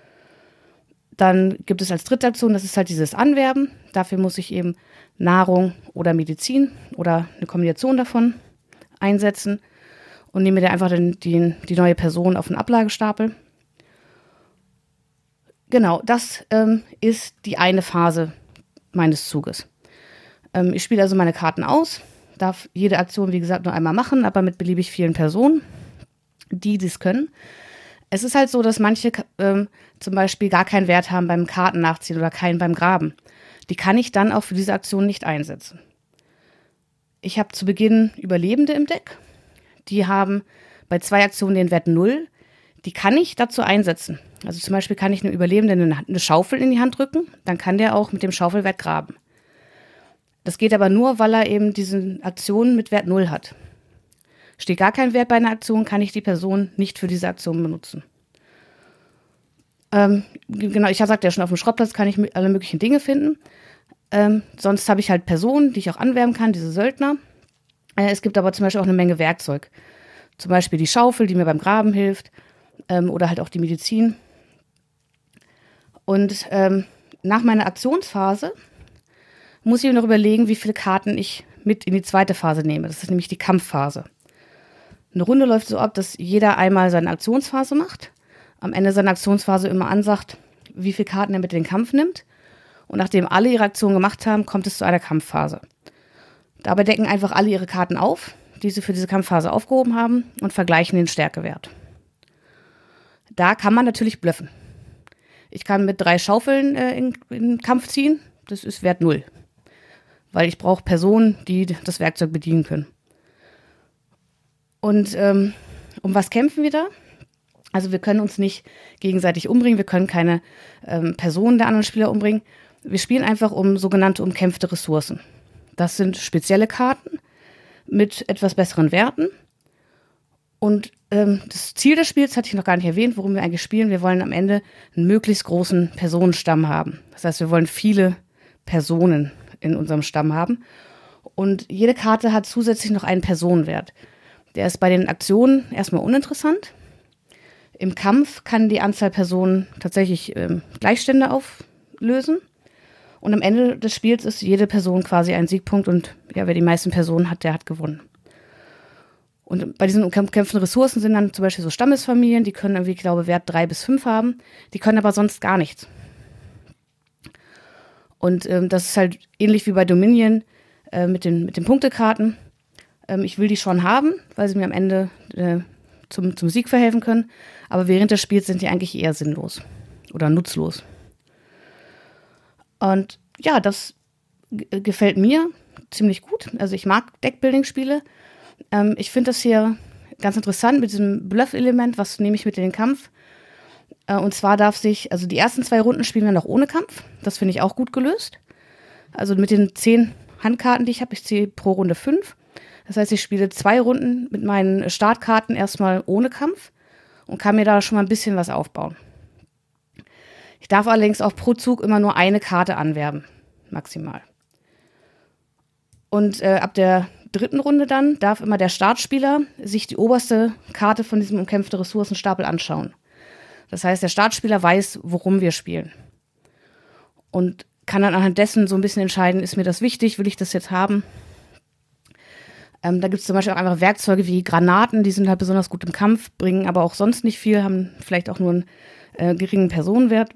Dann gibt es als dritte Aktion, das ist halt dieses Anwerben. Dafür muss ich eben Nahrung oder Medizin oder eine Kombination davon einsetzen und nehme da einfach die neue Person auf den Ablagestapel. Genau, das ist die eine Phase meines Zuges. Ich spiele also meine Karten aus, darf jede Aktion, wie gesagt, nur einmal machen, aber mit beliebig vielen Personen, die dies können. Es ist halt so, dass manche zum Beispiel gar keinen Wert haben beim Karten nachziehen oder keinen beim Graben. Die kann ich dann auch für diese Aktion nicht einsetzen. Ich habe zu Beginn Überlebende im Deck. Die haben bei 2 Aktionen den Wert 0. Die kann ich dazu einsetzen. Also zum Beispiel kann ich einem Überlebenden eine Schaufel in die Hand drücken. Dann kann der auch mit dem Schaufelwert graben. Das geht aber nur, weil er eben diese Aktion mit Wert 0 hat. Steht gar kein Wert bei einer Aktion, kann ich die Person nicht für diese Aktion benutzen. Genau, ich sagte ja schon, auf dem Schrottplatz kann ich alle möglichen Dinge finden. Sonst habe ich halt Personen, die ich auch anwerben kann, diese Söldner. Es gibt aber zum Beispiel auch eine Menge Werkzeug. Zum Beispiel die Schaufel, die mir beim Graben hilft. Oder halt auch die Medizin. Und nach meiner Aktionsphase muss ich mir noch überlegen, wie viele Karten ich mit in die zweite Phase nehme. Das ist nämlich die Kampfphase. Eine Runde läuft so ab, dass jeder einmal seine Aktionsphase macht. Am Ende seiner Aktionsphase immer ansagt, wie viele Karten er mit in den Kampf nimmt. Und nachdem alle ihre Aktionen gemacht haben, kommt es zu einer Kampfphase. Dabei decken einfach alle ihre Karten auf, die sie für diese Kampfphase aufgehoben haben, und vergleichen den Stärkewert. Da kann man natürlich bluffen. Ich kann mit 3 Schaufeln in den Kampf ziehen. Das ist Wert 0. Weil ich brauche Personen, die das Werkzeug bedienen können. Und um was kämpfen wir da? Also wir können uns nicht gegenseitig umbringen. Wir können keine Personen der anderen Spieler umbringen. Wir spielen einfach um sogenannte umkämpfte Ressourcen. Das sind spezielle Karten mit etwas besseren Werten. Und das Ziel des Spiels hatte ich noch gar nicht erwähnt, worum wir eigentlich spielen. Wir wollen am Ende einen möglichst großen Personenstamm haben. Das heißt, wir wollen viele Personen in unserem Stamm haben. Und jede Karte hat zusätzlich noch einen Personenwert. Der ist bei den Aktionen erstmal uninteressant. Im Kampf kann die Anzahl Personen tatsächlich Gleichstände auflösen. Und am Ende des Spiels ist jede Person quasi ein Siegpunkt. Und ja, wer die meisten Personen hat, der hat gewonnen. Und bei diesen umkämpften Ressourcen sind dann zum Beispiel so Stammesfamilien, die können irgendwie, ich glaube, Wert 3 bis 5 haben. Die können aber sonst gar nichts. Und das ist halt ähnlich wie bei Dominion mit den Punktekarten. Ich will die schon haben, weil sie mir am Ende zum Sieg verhelfen können. Aber während des Spiels sind die eigentlich eher sinnlos oder nutzlos. Und ja, das gefällt mir ziemlich gut. Also ich mag Deckbuilding-Spiele. Ich finde das hier ganz interessant mit diesem Bluff-Element. Was nehme ich mit in den Kampf? Und zwar also die ersten 2 Runden spielen wir noch ohne Kampf. Das finde ich auch gut gelöst. Also mit den 10 Handkarten, die ich habe, ich ziehe pro Runde 5. Das heißt, ich spiele 2 Runden mit meinen Startkarten erstmal ohne Kampf und kann mir da schon mal ein bisschen was aufbauen. Ich darf allerdings auch pro Zug immer nur eine Karte anwerben, maximal. Und ab der 3. Runde dann darf immer der Startspieler sich die oberste Karte von diesem umkämpften Ressourcenstapel anschauen. Das heißt, der Startspieler weiß, worum wir spielen. Und kann dann anhand dessen so ein bisschen entscheiden, ist mir das wichtig, will ich das jetzt haben? Da gibt es zum Beispiel auch einfach Werkzeuge wie Granaten, die sind halt besonders gut im Kampf, bringen aber auch sonst nicht viel, haben vielleicht auch nur einen geringen Personenwert.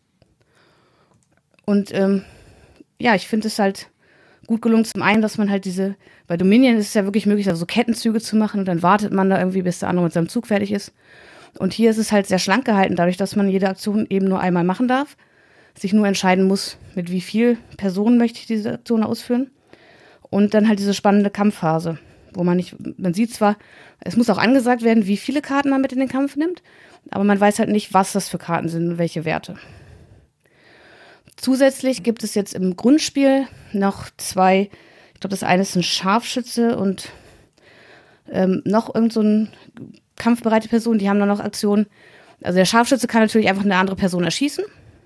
Und ja, ich finde es halt gut gelungen. Zum einen, dass man halt bei Dominion ist es ja wirklich möglich, also so Kettenzüge zu machen und dann wartet man da irgendwie, bis der andere mit seinem Zug fertig ist. Und hier ist es halt sehr schlank gehalten, dadurch, dass man jede Aktion eben nur einmal machen darf, sich nur entscheiden muss, mit wie viel Personen möchte ich diese Aktion ausführen. Und dann halt diese spannende Kampfphase, wo man sieht zwar, es muss auch angesagt werden, wie viele Karten man mit in den Kampf nimmt, aber man weiß halt nicht, was das für Karten sind und welche Werte. Zusätzlich gibt es jetzt im Grundspiel noch 2, ich glaube, das eine ist ein Scharfschütze und noch irgend so ein kampfbereite Person, die haben dann noch Aktionen. Also der Scharfschütze kann natürlich einfach eine andere Person erschießen.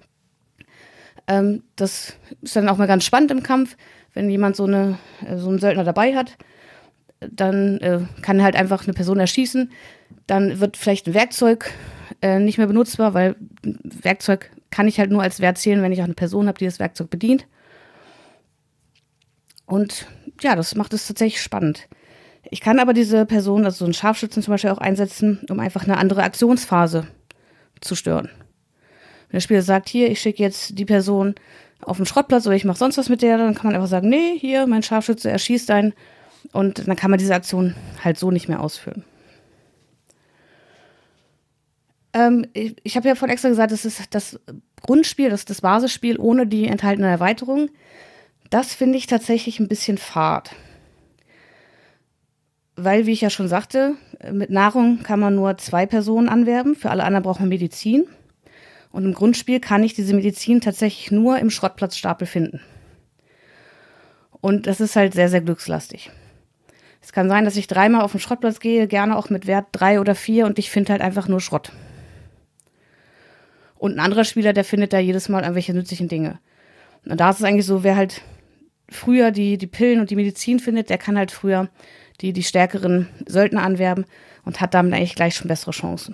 Das ist dann auch mal ganz spannend im Kampf, wenn jemand so einen Söldner dabei hat. Dann kann er halt einfach eine Person erschießen. Dann wird vielleicht ein Werkzeug nicht mehr benutzbar, weil Werkzeug kann ich halt nur als Wert zählen, wenn ich auch eine Person habe, die das Werkzeug bedient. Und ja, das macht es tatsächlich spannend. Ich kann aber diese Person, also so einen Scharfschützen zum Beispiel, auch einsetzen, um einfach eine andere Aktionsphase zu stören. Wenn der Spieler sagt, hier, ich schicke jetzt die Person auf den Schrottplatz oder ich mache sonst was mit der, dann kann man einfach sagen, nee, hier, mein Scharfschütze erschießt einen Und dann kann man diese Aktion halt so nicht mehr ausführen. Ich habe ja vorhin extra gesagt, das ist das Grundspiel, das ist das Basisspiel ohne die enthaltene Erweiterung. Das finde ich tatsächlich ein bisschen fad. Weil, wie ich ja schon sagte, mit Nahrung kann man nur 2 Personen anwerben. Für alle anderen braucht man Medizin. Und im Grundspiel kann ich diese Medizin tatsächlich nur im Schrottplatzstapel finden. Und das ist halt sehr, sehr glückslastig. Es kann sein, dass ich 3-mal auf den Schrottplatz gehe, gerne auch mit Wert 3 oder 4 und ich finde halt einfach nur Schrott. Und ein anderer Spieler, der findet da jedes Mal irgendwelche nützlichen Dinge. Und da ist es eigentlich so, wer halt früher die Pillen und die Medizin findet, der kann halt früher die stärkeren Söldner anwerben und hat damit eigentlich gleich schon bessere Chancen.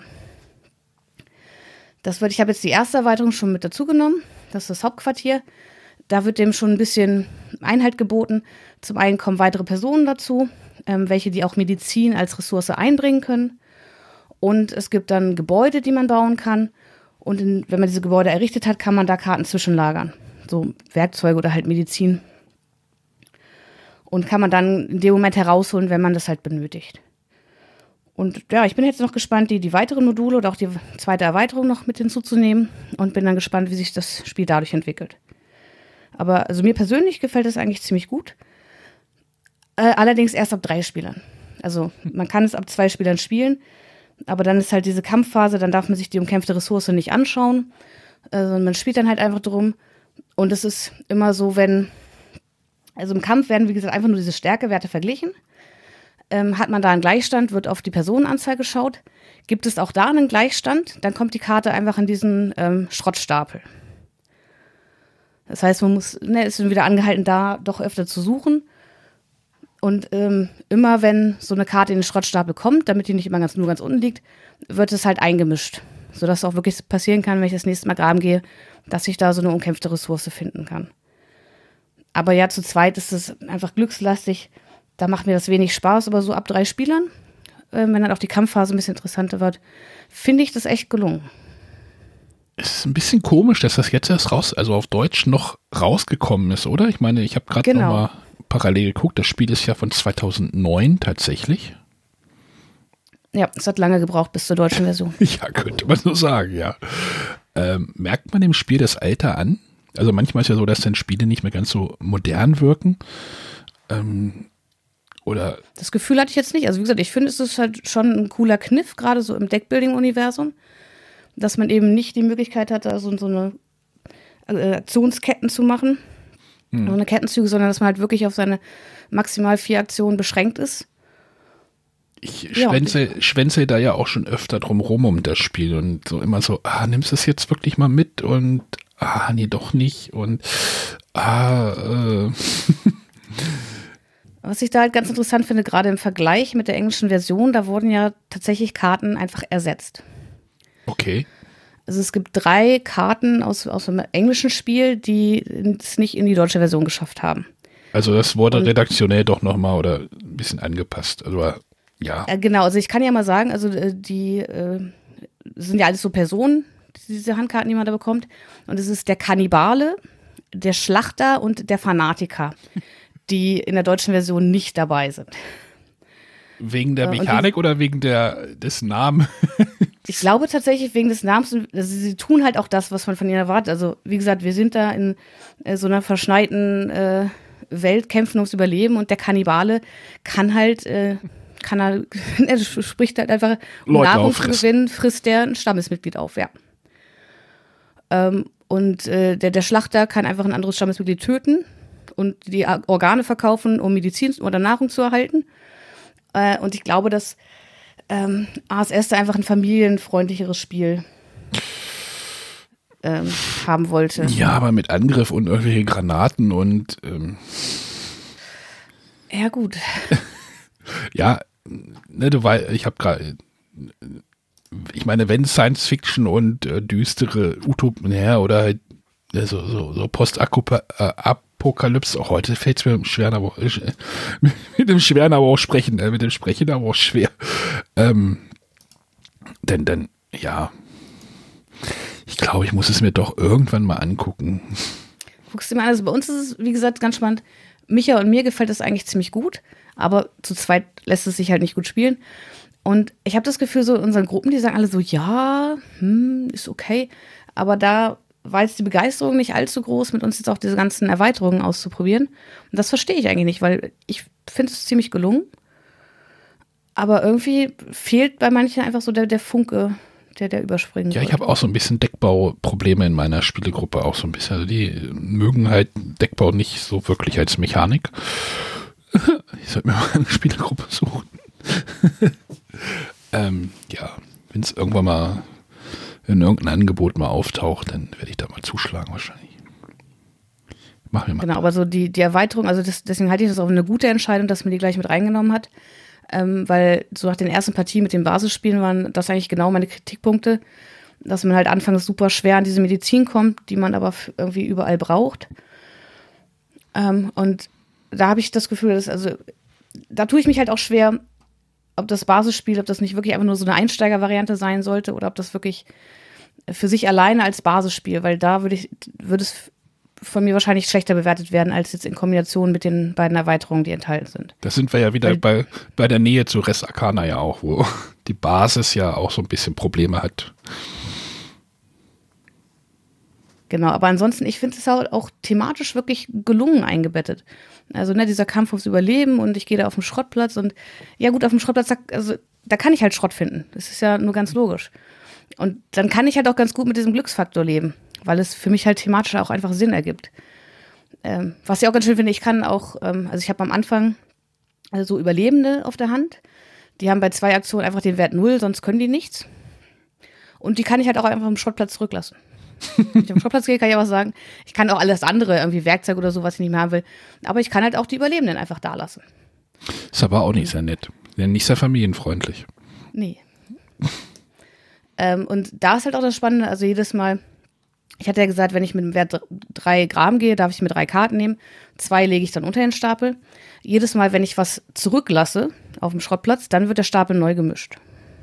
Ich habe jetzt die erste Erweiterung schon mit dazu genommen. Das ist das Hauptquartier. Da wird dem schon ein bisschen Einhalt geboten. Zum einen kommen weitere Personen dazu, welche die auch Medizin als Ressource einbringen können. Und es gibt dann Gebäude, die man bauen kann. Und wenn man diese Gebäude errichtet hat, kann man da Karten zwischenlagern. So Werkzeuge oder halt Medizin. Und kann man dann in dem Moment herausholen, wenn man das halt benötigt. Und ja, ich bin jetzt noch gespannt, die weiteren Module oder auch die zweite Erweiterung noch mit hinzuzunehmen. Und bin dann gespannt, wie sich das Spiel dadurch entwickelt. Aber also mir persönlich gefällt es eigentlich ziemlich gut. Allerdings erst ab 3 Spielern. Also man kann es ab 2 Spielern spielen. Aber dann ist halt diese Kampfphase, dann darf man sich die umkämpfte Ressource nicht anschauen. Also man spielt dann halt einfach drum. Und es ist immer so, also im Kampf werden, wie gesagt, einfach nur diese Stärkewerte verglichen. Hat man da einen Gleichstand, wird auf die Personenanzahl geschaut. Gibt es auch da einen Gleichstand, dann kommt die Karte einfach in diesen Schrottstapel. Das heißt, man ist dann wieder angehalten, da doch öfter zu suchen. Und immer wenn so eine Karte in den Schrottstapel kommt, damit die nicht immer nur ganz unten liegt, wird es halt eingemischt. Sodass es auch wirklich passieren kann, wenn ich das nächste Mal graben gehe, dass ich da so eine umkämpfte Ressource finden kann. Aber ja, zu zweit ist es einfach glückslastig. Da macht mir das wenig Spaß, aber so ab 3 Spielern, wenn dann auch die Kampfphase ein bisschen interessanter wird, finde ich das echt gelungen. Es ist ein bisschen komisch, dass das jetzt erst also auf Deutsch noch rausgekommen ist, oder? Ich meine, ich habe gerade noch mal parallel geguckt, das Spiel ist ja von 2009 tatsächlich. Ja, es hat lange gebraucht bis zur deutschen Version. Ja, könnte man so sagen, ja. Merkt man dem Spiel das Alter an? Also manchmal ist ja so, dass dann Spiele nicht mehr ganz so modern wirken. Oder das Gefühl hatte ich jetzt nicht. Also wie gesagt, ich finde, es ist halt schon ein cooler Kniff, gerade so im Deckbuilding-Universum, dass man eben nicht die Möglichkeit hat, da so eine Aktionsketten zu machen. So eine Kettenzüge, sondern dass man halt wirklich auf seine maximal 4 Aktionen beschränkt ist. Ich schwänze da ja auch schon öfter drum rum um das Spiel und so immer so, nimmst du es jetzt wirklich mal mit und nee, doch nicht und Was ich da halt ganz interessant finde, gerade im Vergleich mit der englischen Version, da wurden ja tatsächlich Karten einfach ersetzt. Okay. Also es gibt 3 Karten aus dem englischen Spiel, die es nicht in die deutsche Version geschafft haben. Also das wurde redaktionell doch nochmal oder ein bisschen angepasst. Also ja. Genau, also ich kann ja mal sagen, also die sind ja alles so Personen, diese Handkarten, die man da bekommt. Und es ist der Kannibale, der Schlachter und der Fanatiker, die in der deutschen Version nicht dabei sind. Wegen der Mechanik oder wegen des Namens? Ich glaube tatsächlich wegen des Namens. Also sie tun halt auch das, was man von ihnen erwartet. Also wie gesagt, wir sind da in so einer verschneiten Welt, kämpfen ums Überleben und der Kannibale kann halt, er spricht halt einfach, um Nahrung zu gewinnen, frisst der ein Stammesmitglied auf, ja. Und der Schlachter kann einfach ein anderes Stammesmitglied töten und die Organe verkaufen, um Medizin oder Nahrung zu erhalten. Und ich glaube, dass ASS da einfach ein familienfreundlicheres Spiel haben wollte. Ja, aber mit Angriff und irgendwelche Granaten und ja, gut. Ja, ne, ich habe gerade, ich meine, wenn Science Fiction und düstere Utopien, oder halt so Postapokalypse, auch heute fällt es mir mit dem Schweren aber auch sprechen, mit dem Sprechen aber auch schwer. Denn, ja, ich glaube, ich muss es mir doch irgendwann mal angucken. Guckst du dir mal an, also bei uns ist es, wie gesagt, ganz spannend. Micha und mir gefällt das eigentlich ziemlich gut, Aber zu zweit lässt es sich halt nicht gut spielen. Und ich habe das Gefühl, so in unseren Gruppen, die sagen alle so, ja, ist okay. Aber da war jetzt die Begeisterung nicht allzu groß, mit uns jetzt auch diese ganzen Erweiterungen auszuprobieren. Und das verstehe ich eigentlich nicht, weil ich finde es ziemlich gelungen. Aber irgendwie fehlt bei manchen einfach so der Funke, der überspringen Ja, ich sollte. habe auch so ein bisschen Deckbauprobleme in meiner Spielegruppe, auch so ein bisschen. Also die mögen halt Deckbau nicht so wirklich als Mechanik. Ich sollte mir mal eine Spielegruppe suchen. Ja, wenn es irgendwann mal in irgendein Angebot mal auftaucht, dann werde ich da mal zuschlagen wahrscheinlich. Machen wir mal. Genau, aber so die Erweiterung, also deswegen halte ich das auch eine gute Entscheidung, dass man die gleich mit reingenommen hat. Weil so nach den ersten Partien mit den Basisspielen waren das eigentlich genau meine Kritikpunkte, dass man halt anfangs super schwer an diese Medizin kommt, die man aber irgendwie überall braucht. Und da habe ich das Gefühl, da tue ich mich halt auch schwer, ob das Basisspiel, ob das nicht wirklich einfach nur so eine Einsteigervariante sein sollte oder ob das wirklich für sich alleine als Basisspiel, weil da würde es von mir wahrscheinlich schlechter bewertet werden, als jetzt in Kombination mit den beiden Erweiterungen, die enthalten sind. Das sind wir ja wieder bei der Nähe zu Res Arcana ja auch, wo die Basis ja auch so ein bisschen Probleme hat. Genau, aber ansonsten, ich finde es auch thematisch wirklich gelungen eingebettet. Also dieser Kampf ums Überleben und ich gehe da auf den Schrottplatz und ja gut, auf dem Schrottplatz, da kann ich halt Schrott finden. Das ist ja nur ganz logisch. Und dann kann ich halt auch ganz gut mit diesem Glücksfaktor leben, weil es für mich halt thematisch auch einfach Sinn ergibt. Was ich auch ganz schön finde, ich kann auch, also ich habe am Anfang so Überlebende auf der Hand, die haben bei 2 Aktionen einfach den Wert 0, sonst können die nichts. Und die kann ich halt auch einfach am Schrottplatz zurücklassen. Wenn ich am Schrottplatz gehe, kann ich auch sagen, ich kann auch alles andere, irgendwie Werkzeug oder so, was ich nicht mehr haben will, aber ich kann halt auch die Überlebenden einfach da lassen. Ist aber auch nicht sehr nett. Nicht sehr familienfreundlich. Nee. Und da ist halt auch das Spannende, also jedes Mal, ich hatte ja gesagt, wenn ich mit dem Wert 3 Gramm gehe, darf ich mir 3 Karten nehmen, 2 lege ich dann unter den Stapel. Jedes Mal, wenn ich was zurücklasse auf dem Schrottplatz, dann wird der Stapel neu gemischt.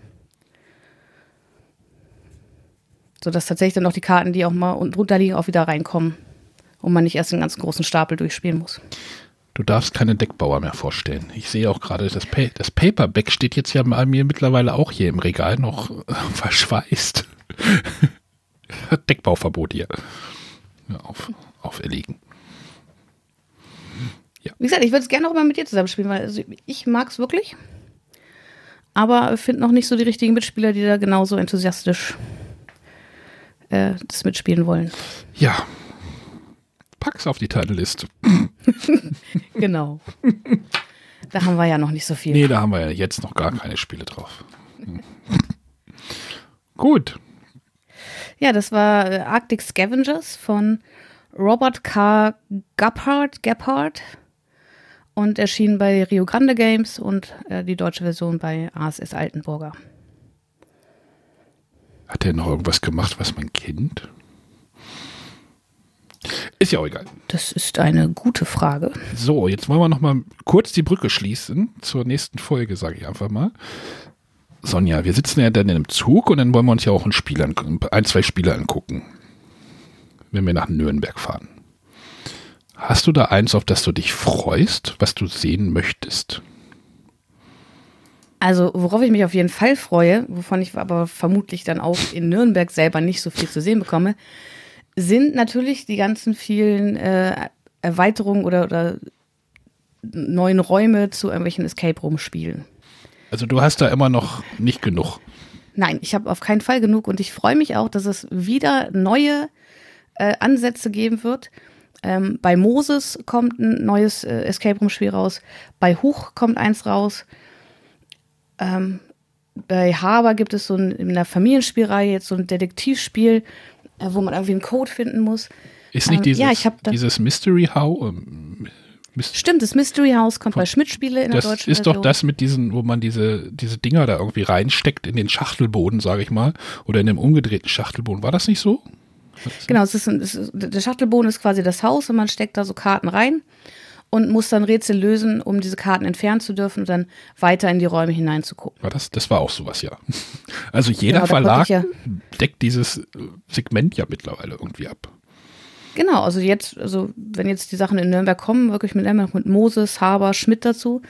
Sodass tatsächlich dann noch die Karten, die auch mal unten drunter liegen, auch wieder reinkommen. Und man nicht erst den ganzen großen Stapel durchspielen muss. Du darfst keine Deckbauer mehr vorstellen. Ich sehe auch gerade, das Paperback steht jetzt ja bei mir mittlerweile auch hier im Regal noch verschweißt. Deckbauverbot hier. Ja, auferlegen. Ja. Wie gesagt, ich würde es gerne auch mal mit dir zusammenspielen, weil also ich mag es wirklich. Aber finde noch nicht so die richtigen Mitspieler, die da genauso enthusiastisch das mitspielen wollen. Ja. Pack's auf die Titelliste. Genau. Da haben wir ja noch nicht so viel. Nee, da haben wir ja jetzt noch gar keine Spiele drauf. Gut. Ja, das war Arctic Scavengers von Robert K. Gebhardt und erschien bei Rio Grande Games und die deutsche Version bei ASS Altenburger. Hat er noch irgendwas gemacht, was man kennt? Ist ja auch egal. Das ist eine gute Frage. So, jetzt wollen wir noch mal kurz die Brücke schließen zur nächsten Folge, sage ich einfach mal. Sonja, wir sitzen ja dann in einem Zug und dann wollen wir uns ja auch ein, 2 Spiele angucken, wenn wir nach Nürnberg fahren. Hast du da eins, auf das du dich freust, was du sehen möchtest? Also, worauf ich mich auf jeden Fall freue, wovon ich aber vermutlich dann auch in Nürnberg selber nicht so viel zu sehen bekomme, sind natürlich die ganzen vielen Erweiterungen oder neuen Räume zu irgendwelchen Escape-Room-Spielen. Also du hast da immer noch nicht genug. Nein, ich habe auf keinen Fall genug und ich freue mich auch, dass es wieder neue Ansätze geben wird. Bei Moses kommt ein neues Escape-Room-Spiel raus, bei Huch kommt eins raus. Bei Haber gibt es in der Familienspielreihe jetzt so ein Detektivspiel, wo man irgendwie einen Code finden muss. Ist nicht dieses Mystery House? Stimmt, das Mystery House kommt bei Schmidt-Spiele in der deutschen Version. Das ist doch das mit diesen, wo man diese Dinger da irgendwie reinsteckt in den Schachtelboden, sage ich mal, oder in dem umgedrehten Schachtelboden. War das nicht so? Genau, der Schachtelboden ist quasi das Haus und man steckt da so Karten rein und muss dann Rätsel lösen, um diese Karten entfernen zu dürfen und dann weiter in die Räume hineinzugucken. Das war auch sowas, ja. Also jeder Verlag deckt dieses Segment ja mittlerweile irgendwie ab. Genau, also wenn jetzt die Sachen in Nürnberg kommen, wirklich mit Moses, Haber, Schmidt dazu,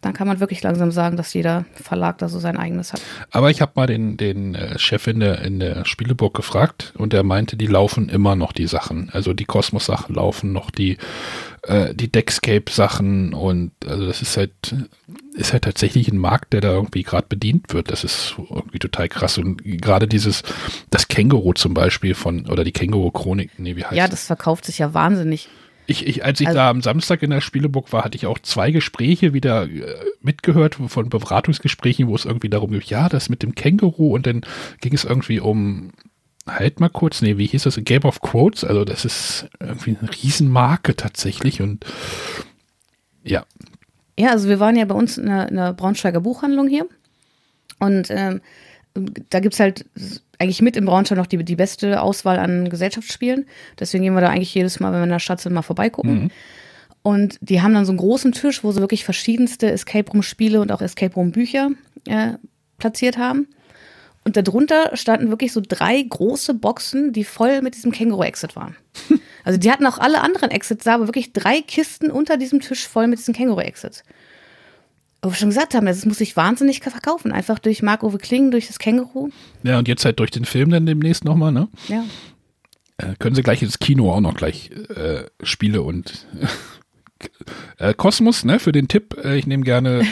dann kann man wirklich langsam sagen, dass jeder Verlag da so sein eigenes hat. Aber ich habe mal den Chef in der Spieleburg gefragt und der meinte, die laufen immer noch die Sachen. Also die Kosmos-Sachen laufen noch, die Deckscape-Sachen und also das ist halt tatsächlich ein Markt, der da irgendwie gerade bedient wird. Das ist irgendwie total krass. Und gerade das Känguru zum Beispiel oder die Känguru-Chronik, wie heißt das? Ja, das verkauft sich ja wahnsinnig. Als ich da am Samstag in der Spieleburg war, hatte ich auch 2 Gespräche wieder mitgehört von Beratungsgesprächen, wo es irgendwie darum ging, ja, das mit dem Känguru und dann ging es irgendwie um, halt mal kurz, wie hieß das, Game of Quotes, also das ist irgendwie eine Riesenmarke tatsächlich und ja. Ja, also wir waren ja bei uns in einer Braunschweiger Buchhandlung hier und da gibt es halt eigentlich mit im Braunschweig noch die beste Auswahl an Gesellschaftsspielen. Deswegen gehen wir da eigentlich jedes Mal, wenn wir in der Stadt sind, mal vorbeigucken. Mhm. Und die haben dann so einen großen Tisch, wo sie wirklich verschiedenste Escape-Room-Spiele und auch Escape-Room-Bücher platziert haben. Und darunter standen wirklich so 3 große Boxen, die voll mit diesem Känguru-Exit waren. Also die hatten auch alle anderen Exits da, aber wirklich 3 Kisten unter diesem Tisch voll mit diesen Känguru-Exits. Wo wir schon gesagt haben, das muss sich wahnsinnig verkaufen. Einfach durch Marc-Uwe Kling, durch das Känguru. Ja, und jetzt halt durch den Film dann demnächst nochmal, ne? Ja. Können sie gleich ins Kino auch noch gleich Spiele und Kosmos, ne? Für den Tipp. Ich nehme gerne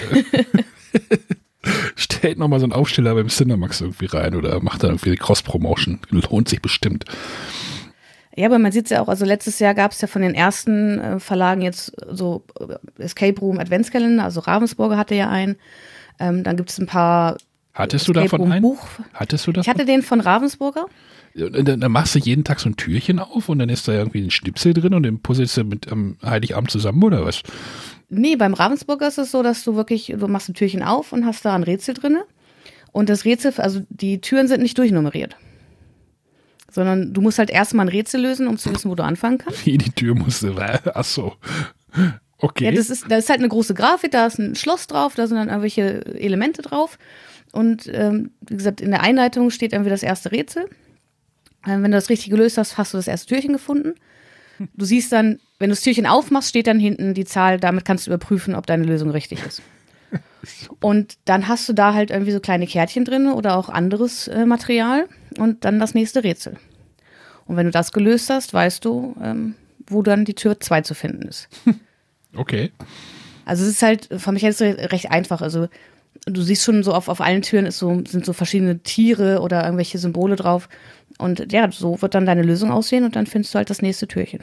stellt nochmal so einen Aufsteller beim Cinemax irgendwie rein oder macht da irgendwie Cross-Promotion. Lohnt sich bestimmt. Ja, aber man sieht es ja auch, also letztes Jahr gab es ja von den ersten Verlagen jetzt so Escape Room Adventskalender, also Ravensburger hatte ja einen. Dann gibt es ein paar Hattest du davon einen? Hattest du das? Ich hatte den von Ravensburger. Dann machst du jeden Tag so ein Türchen auf und dann ist da irgendwie ein Schnipsel drin und den puzzelst du mit Heiligabend zusammen oder was? Nee, beim Ravensburger ist es so, dass du machst ein Türchen auf und hast da ein Rätsel drin. Und das Rätsel, also die Türen sind nicht durchnummeriert. Sondern du musst halt erstmal ein Rätsel lösen, um zu wissen, wo du anfangen kannst. Wie die Tür musste. Ach so. Okay. Ja, das ist halt eine große Grafik, da ist ein Schloss drauf, da sind dann irgendwelche Elemente drauf. Und wie gesagt, in der Einleitung steht irgendwie das erste Rätsel. Wenn du das richtig gelöst hast, hast du das erste Türchen gefunden. Du siehst dann, wenn du das Türchen aufmachst, steht dann hinten die Zahl, damit kannst du überprüfen, ob deine Lösung richtig ist. Und dann hast du da halt irgendwie so kleine Kärtchen drin oder auch anderes Material und dann das nächste Rätsel. Und wenn du das gelöst hast, weißt du, wo dann die Tür 2 zu finden ist. Okay. Also es ist halt, für mich jetzt recht einfach. Also du siehst schon so auf allen Türen sind so verschiedene Tiere oder irgendwelche Symbole drauf. Und ja, so wird dann deine Lösung aussehen und dann findest du halt das nächste Türchen.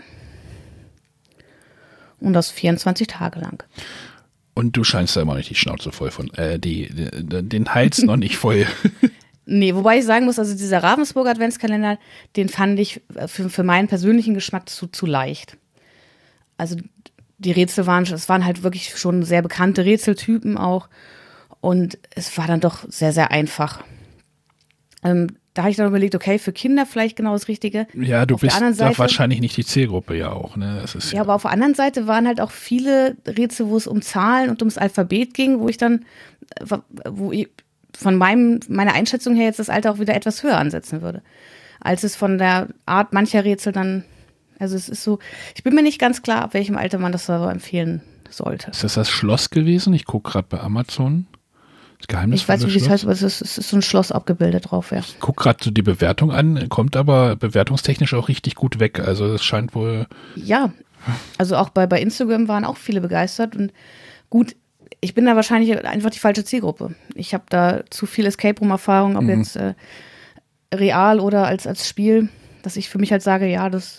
Und das 24 Tage lang. Und du scheinst da immer noch nicht die Schnauze voll von, den Hals noch nicht voll. Nee, wobei ich sagen muss, also dieser Ravensburger Adventskalender, den fand ich für meinen persönlichen Geschmack zu leicht. Also die Rätsel waren halt wirklich schon sehr bekannte Rätseltypen auch. Und es war dann doch sehr, sehr einfach. Da habe ich dann überlegt, okay, für Kinder vielleicht genau das Richtige. Ja, du bist da wahrscheinlich nicht die Zielgruppe ja auch. Ne? Das ist ja, aber auf der anderen Seite waren halt auch viele Rätsel, wo es um Zahlen und ums Alphabet ging, wo ich von meiner Einschätzung her jetzt das Alter auch wieder etwas höher ansetzen würde. Als es von der Art mancher Rätsel dann, also es ist so, ich bin mir nicht ganz klar, ab welchem Alter man das so empfehlen sollte. Ist das Schloss gewesen? Ich gucke gerade bei Amazon. Das Geheimnis ich weiß nicht, wie es heißt, aber es ist so ein Schloss abgebildet drauf, ja. Ich gucke gerade so die Bewertung an, kommt aber bewertungstechnisch auch richtig gut weg. Also das scheint wohl... Ja, also auch bei Instagram waren auch viele begeistert. Und gut, ich bin da wahrscheinlich einfach die falsche Zielgruppe. Ich habe da zu viel Escape-Room-Erfahrung, ob jetzt real oder als Spiel, dass ich für mich halt sage, ja, das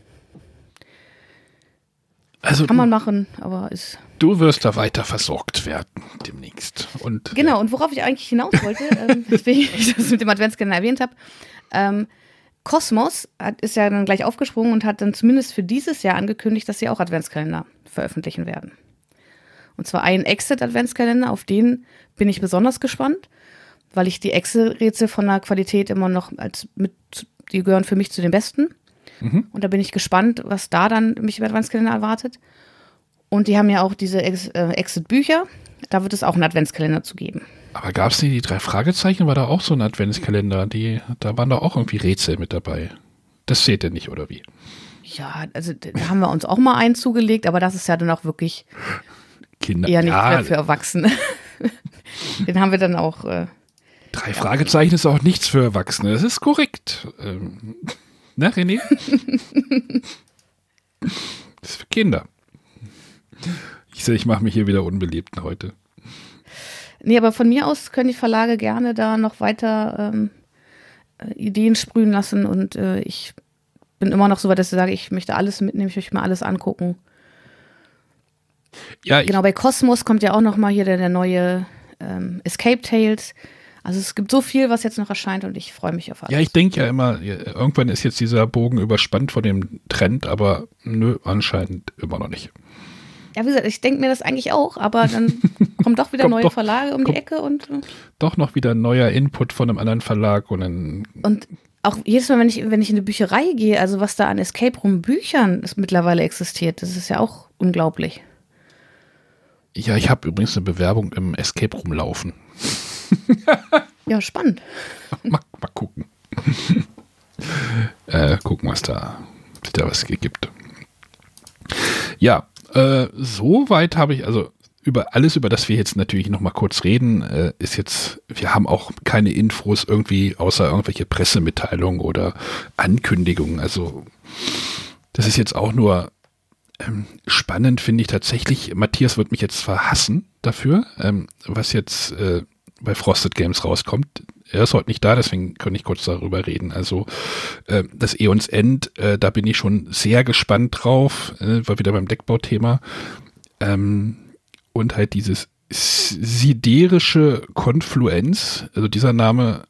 kann man machen, aber ist... Du wirst da weiter versorgt werden demnächst. Und, genau, und worauf ich eigentlich hinaus wollte, weswegen ich das mit dem Adventskalender erwähnt habe, Kosmos ist ja dann gleich aufgesprungen und hat dann zumindest für dieses Jahr angekündigt, dass sie auch Adventskalender veröffentlichen werden. Und zwar einen Exit-Adventskalender, auf den bin ich besonders gespannt, weil ich die Exit-Rätsel von der Qualität immer noch die gehören für mich zu den besten. Mhm. Und da bin ich gespannt, was da dann mich im Adventskalender erwartet. Und die haben ja auch diese Exit-Bücher. Da wird es auch einen Adventskalender zu geben. Aber gab es nicht die 3 Fragezeichen? War da auch so ein Adventskalender? Da waren da auch irgendwie Rätsel mit dabei. Das seht ihr nicht, oder wie? Ja, also da haben wir uns auch mal einen zugelegt, aber das ist ja dann auch wirklich Kinder. eher nicht mehr für Erwachsene. Den haben wir dann auch. 3 Fragezeichen ist auch nichts für Erwachsene. Das ist korrekt. Ne, René? Das ist für Kinder. Ich sehe, ich mache mich hier wieder unbeliebt heute. Nee, aber von mir aus können die Verlage gerne da noch weiter Ideen sprühen lassen und ich bin immer noch so weit, dass ich sage, ich möchte alles mitnehmen, ich möchte mir alles angucken. Ja, genau, bei Cosmos kommt ja auch noch mal hier der neue Escape Tales. Also es gibt so viel, was jetzt noch erscheint und ich freue mich auf alles. Ja, ich denke ja immer, irgendwann ist jetzt dieser Bogen überspannt von dem Trend, aber nö, anscheinend immer noch nicht. Ja, wie gesagt, ich denke mir das eigentlich auch, aber dann kommen doch wieder neue Verlage um die Ecke und doch noch wieder ein neuer Input von einem anderen Verlag und auch jedes Mal, wenn ich in eine Bücherei gehe, also was da an Escape Room Büchern mittlerweile existiert, das ist ja auch unglaublich. Ja, ich habe übrigens eine Bewerbung im Escape Room laufen. Ja, spannend. Mal gucken. Gucken, was da was gibt. Ja, soweit habe ich, also über alles, über das wir jetzt natürlich noch mal kurz reden, ist jetzt, wir haben auch keine Infos irgendwie, außer irgendwelche Pressemitteilungen oder Ankündigungen. Also das ist jetzt auch nur spannend, finde ich tatsächlich. Matthias wird mich jetzt verhassen dafür, was jetzt bei Frosted Games rauskommt. Er ist heute nicht da, deswegen kann ich kurz darüber reden. Also das Aeons End, da bin ich schon sehr gespannt drauf, war wieder beim Deckbauthema. Und halt dieses siderische Konfluenz, also dieser Name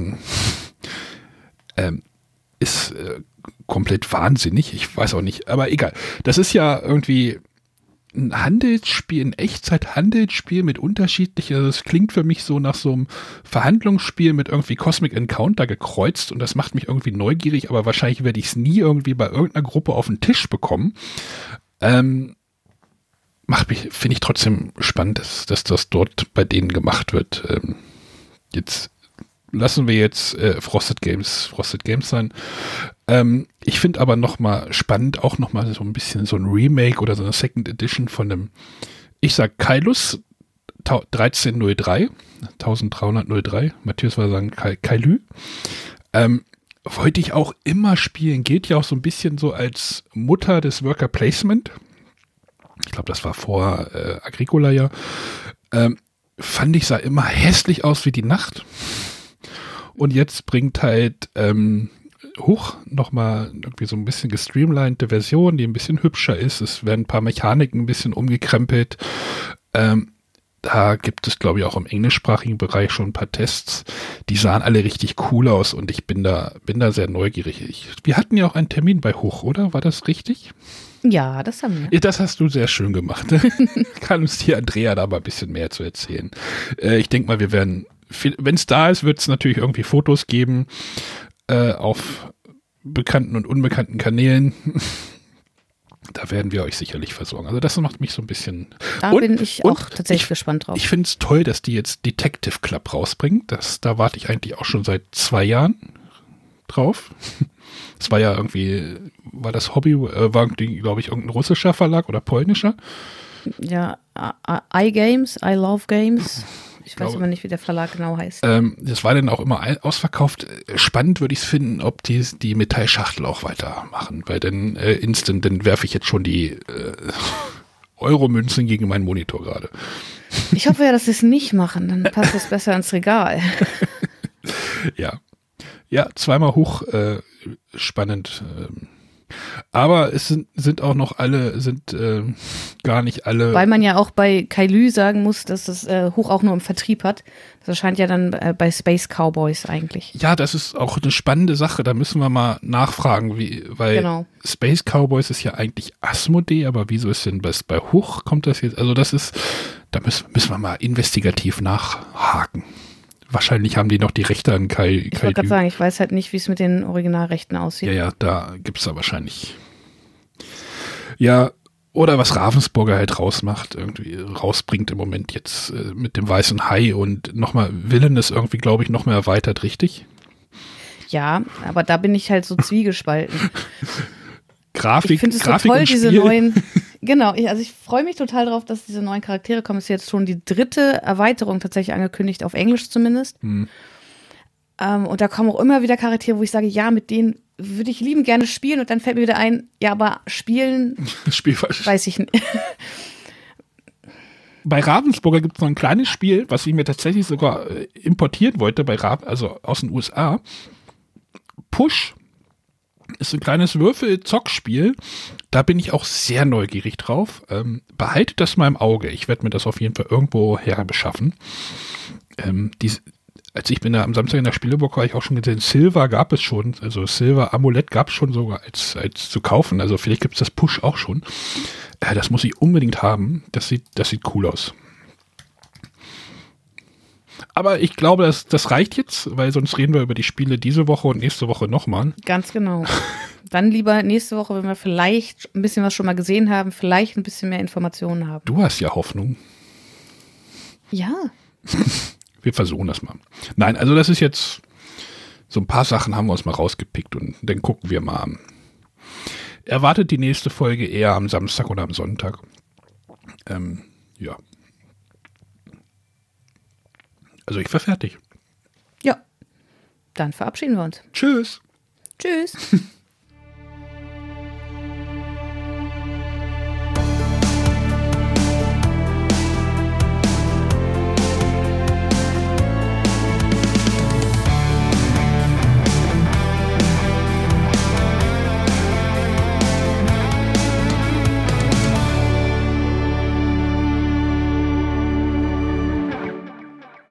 ist komplett wahnsinnig. Ich weiß auch nicht, aber egal. Das ist ja irgendwie ein Handelsspiel, ein Echtzeit-Handelsspiel mit unterschiedlichen, also es klingt für mich so nach so einem Verhandlungsspiel mit irgendwie Cosmic Encounter gekreuzt und das macht mich irgendwie neugierig, aber wahrscheinlich werde ich es nie irgendwie bei irgendeiner Gruppe auf den Tisch bekommen. Finde ich trotzdem spannend, dass das dort bei denen gemacht wird. Jetzt lassen wir jetzt Frosted Games sein. Ich finde aber nochmal spannend, auch nochmal so ein bisschen so ein Remake oder so eine Second Edition von einem, ich sag Kailus 1303, Matthias würde sagen Kailü. Wollte ich auch immer spielen, gilt ja auch so ein bisschen so als Mutter des Worker Placement. Ich glaube, das war vor Agricola ja. Fand ich, sah immer hässlich aus wie die Nacht. Und jetzt bringt halt nochmal irgendwie so ein bisschen gestreamlinete Version, die ein bisschen hübscher ist. Es werden ein paar Mechaniken ein bisschen umgekrempelt. Da gibt es, glaube ich, auch im englischsprachigen Bereich schon ein paar Tests. Die sahen alle richtig cool aus und ich bin da sehr neugierig. Wir hatten ja auch einen Termin bei Hoch, oder? War das richtig? Ja, das haben wir. Das hast du sehr schön gemacht. Kann uns die Andrea da mal ein bisschen mehr zu erzählen. Ich denke mal, wir werden, wenn es da ist, wird es natürlich irgendwie Fotos geben auf bekannten und unbekannten Kanälen. Da werden wir euch sicherlich versorgen. Also das macht mich so ein bisschen... Da bin ich auch tatsächlich gespannt drauf. Ich finde es toll, dass die jetzt Detective Club rausbringen. Da warte ich eigentlich auch schon seit 2 Jahren drauf. Das war ja irgendwie, war das Hobby, war glaube ich, irgendein russischer Verlag oder polnischer. Ja, iGames, I Love Games. Ich weiß aber nicht, wie der Verlag genau heißt. Das war dann auch immer ausverkauft. Spannend würde ich es finden, ob die Metallschachtel auch weitermachen, weil dann dann werfe ich jetzt schon die Euromünzen gegen meinen Monitor gerade. Ich hoffe ja, dass sie es nicht machen, dann passt es besser ins Regal. Ja, zweimal hoch, spannend. Aber es sind auch noch alle, gar nicht alle. Weil man ja auch bei Kailü sagen muss, dass das Hoch auch nur im Vertrieb hat. Das erscheint ja dann bei Space Cowboys eigentlich. Ja, das ist auch eine spannende Sache. Da müssen wir mal nachfragen, weil genau. Space Cowboys ist ja eigentlich Asmodee, aber wieso ist denn bei Hoch kommt das jetzt? Also da müssen wir mal investigativ nachhaken. Wahrscheinlich haben die noch die Rechte an Kailü. Ich wollte gerade sagen, ich weiß halt nicht, wie es mit den Originalrechten aussieht. Ja, da gibt es da wahrscheinlich. Ja, oder was Ravensburger halt rausbringt im Moment jetzt mit dem Weißen Hai und nochmal, Willen ist irgendwie, glaube ich, noch mehr erweitert, richtig? Ja, aber da bin ich halt so zwiegespalten. Grafik, ich finde es so Grafik toll, diese neuen Genau, ich freue mich total drauf, dass diese neuen Charaktere kommen. Es ist jetzt schon die 3. Erweiterung tatsächlich angekündigt, auf Englisch zumindest. Und da kommen auch immer wieder Charaktere, wo ich sage, ja, mit denen würde ich liebend gerne spielen. Und dann fällt mir wieder ein, ja, aber spielen, weiß ich nicht. Bei Ravensburger gibt es noch ein kleines Spiel, was ich mir tatsächlich sogar importieren wollte, also aus den USA. Push ist ein kleines Würfel-Zockspiel. Da bin ich auch sehr neugierig drauf. Behaltet das mal im Auge. Ich werde mir das auf jeden Fall irgendwo her beschaffen. Als ich am Samstag in der Spieleburg war, ich auch schon gesehen, Silver gab es schon, also Silver Amulett gab es schon sogar als zu kaufen. Also vielleicht gibt es das Push auch schon. Das muss ich unbedingt haben. Das sieht cool aus. Aber ich glaube, das reicht jetzt, weil sonst reden wir über die Spiele diese Woche und nächste Woche nochmal. Ganz genau. Dann lieber nächste Woche, wenn wir vielleicht ein bisschen was schon mal gesehen haben, vielleicht ein bisschen mehr Informationen haben. Du hast ja Hoffnung. Ja. Wir versuchen das mal. Nein, also das ist jetzt, so ein paar Sachen haben wir uns mal rausgepickt und dann gucken wir mal. Erwartet die nächste Folge eher am Samstag oder am Sonntag. Ja. Also ich war fertig. Ja. Dann verabschieden wir uns. Tschüss. Tschüss.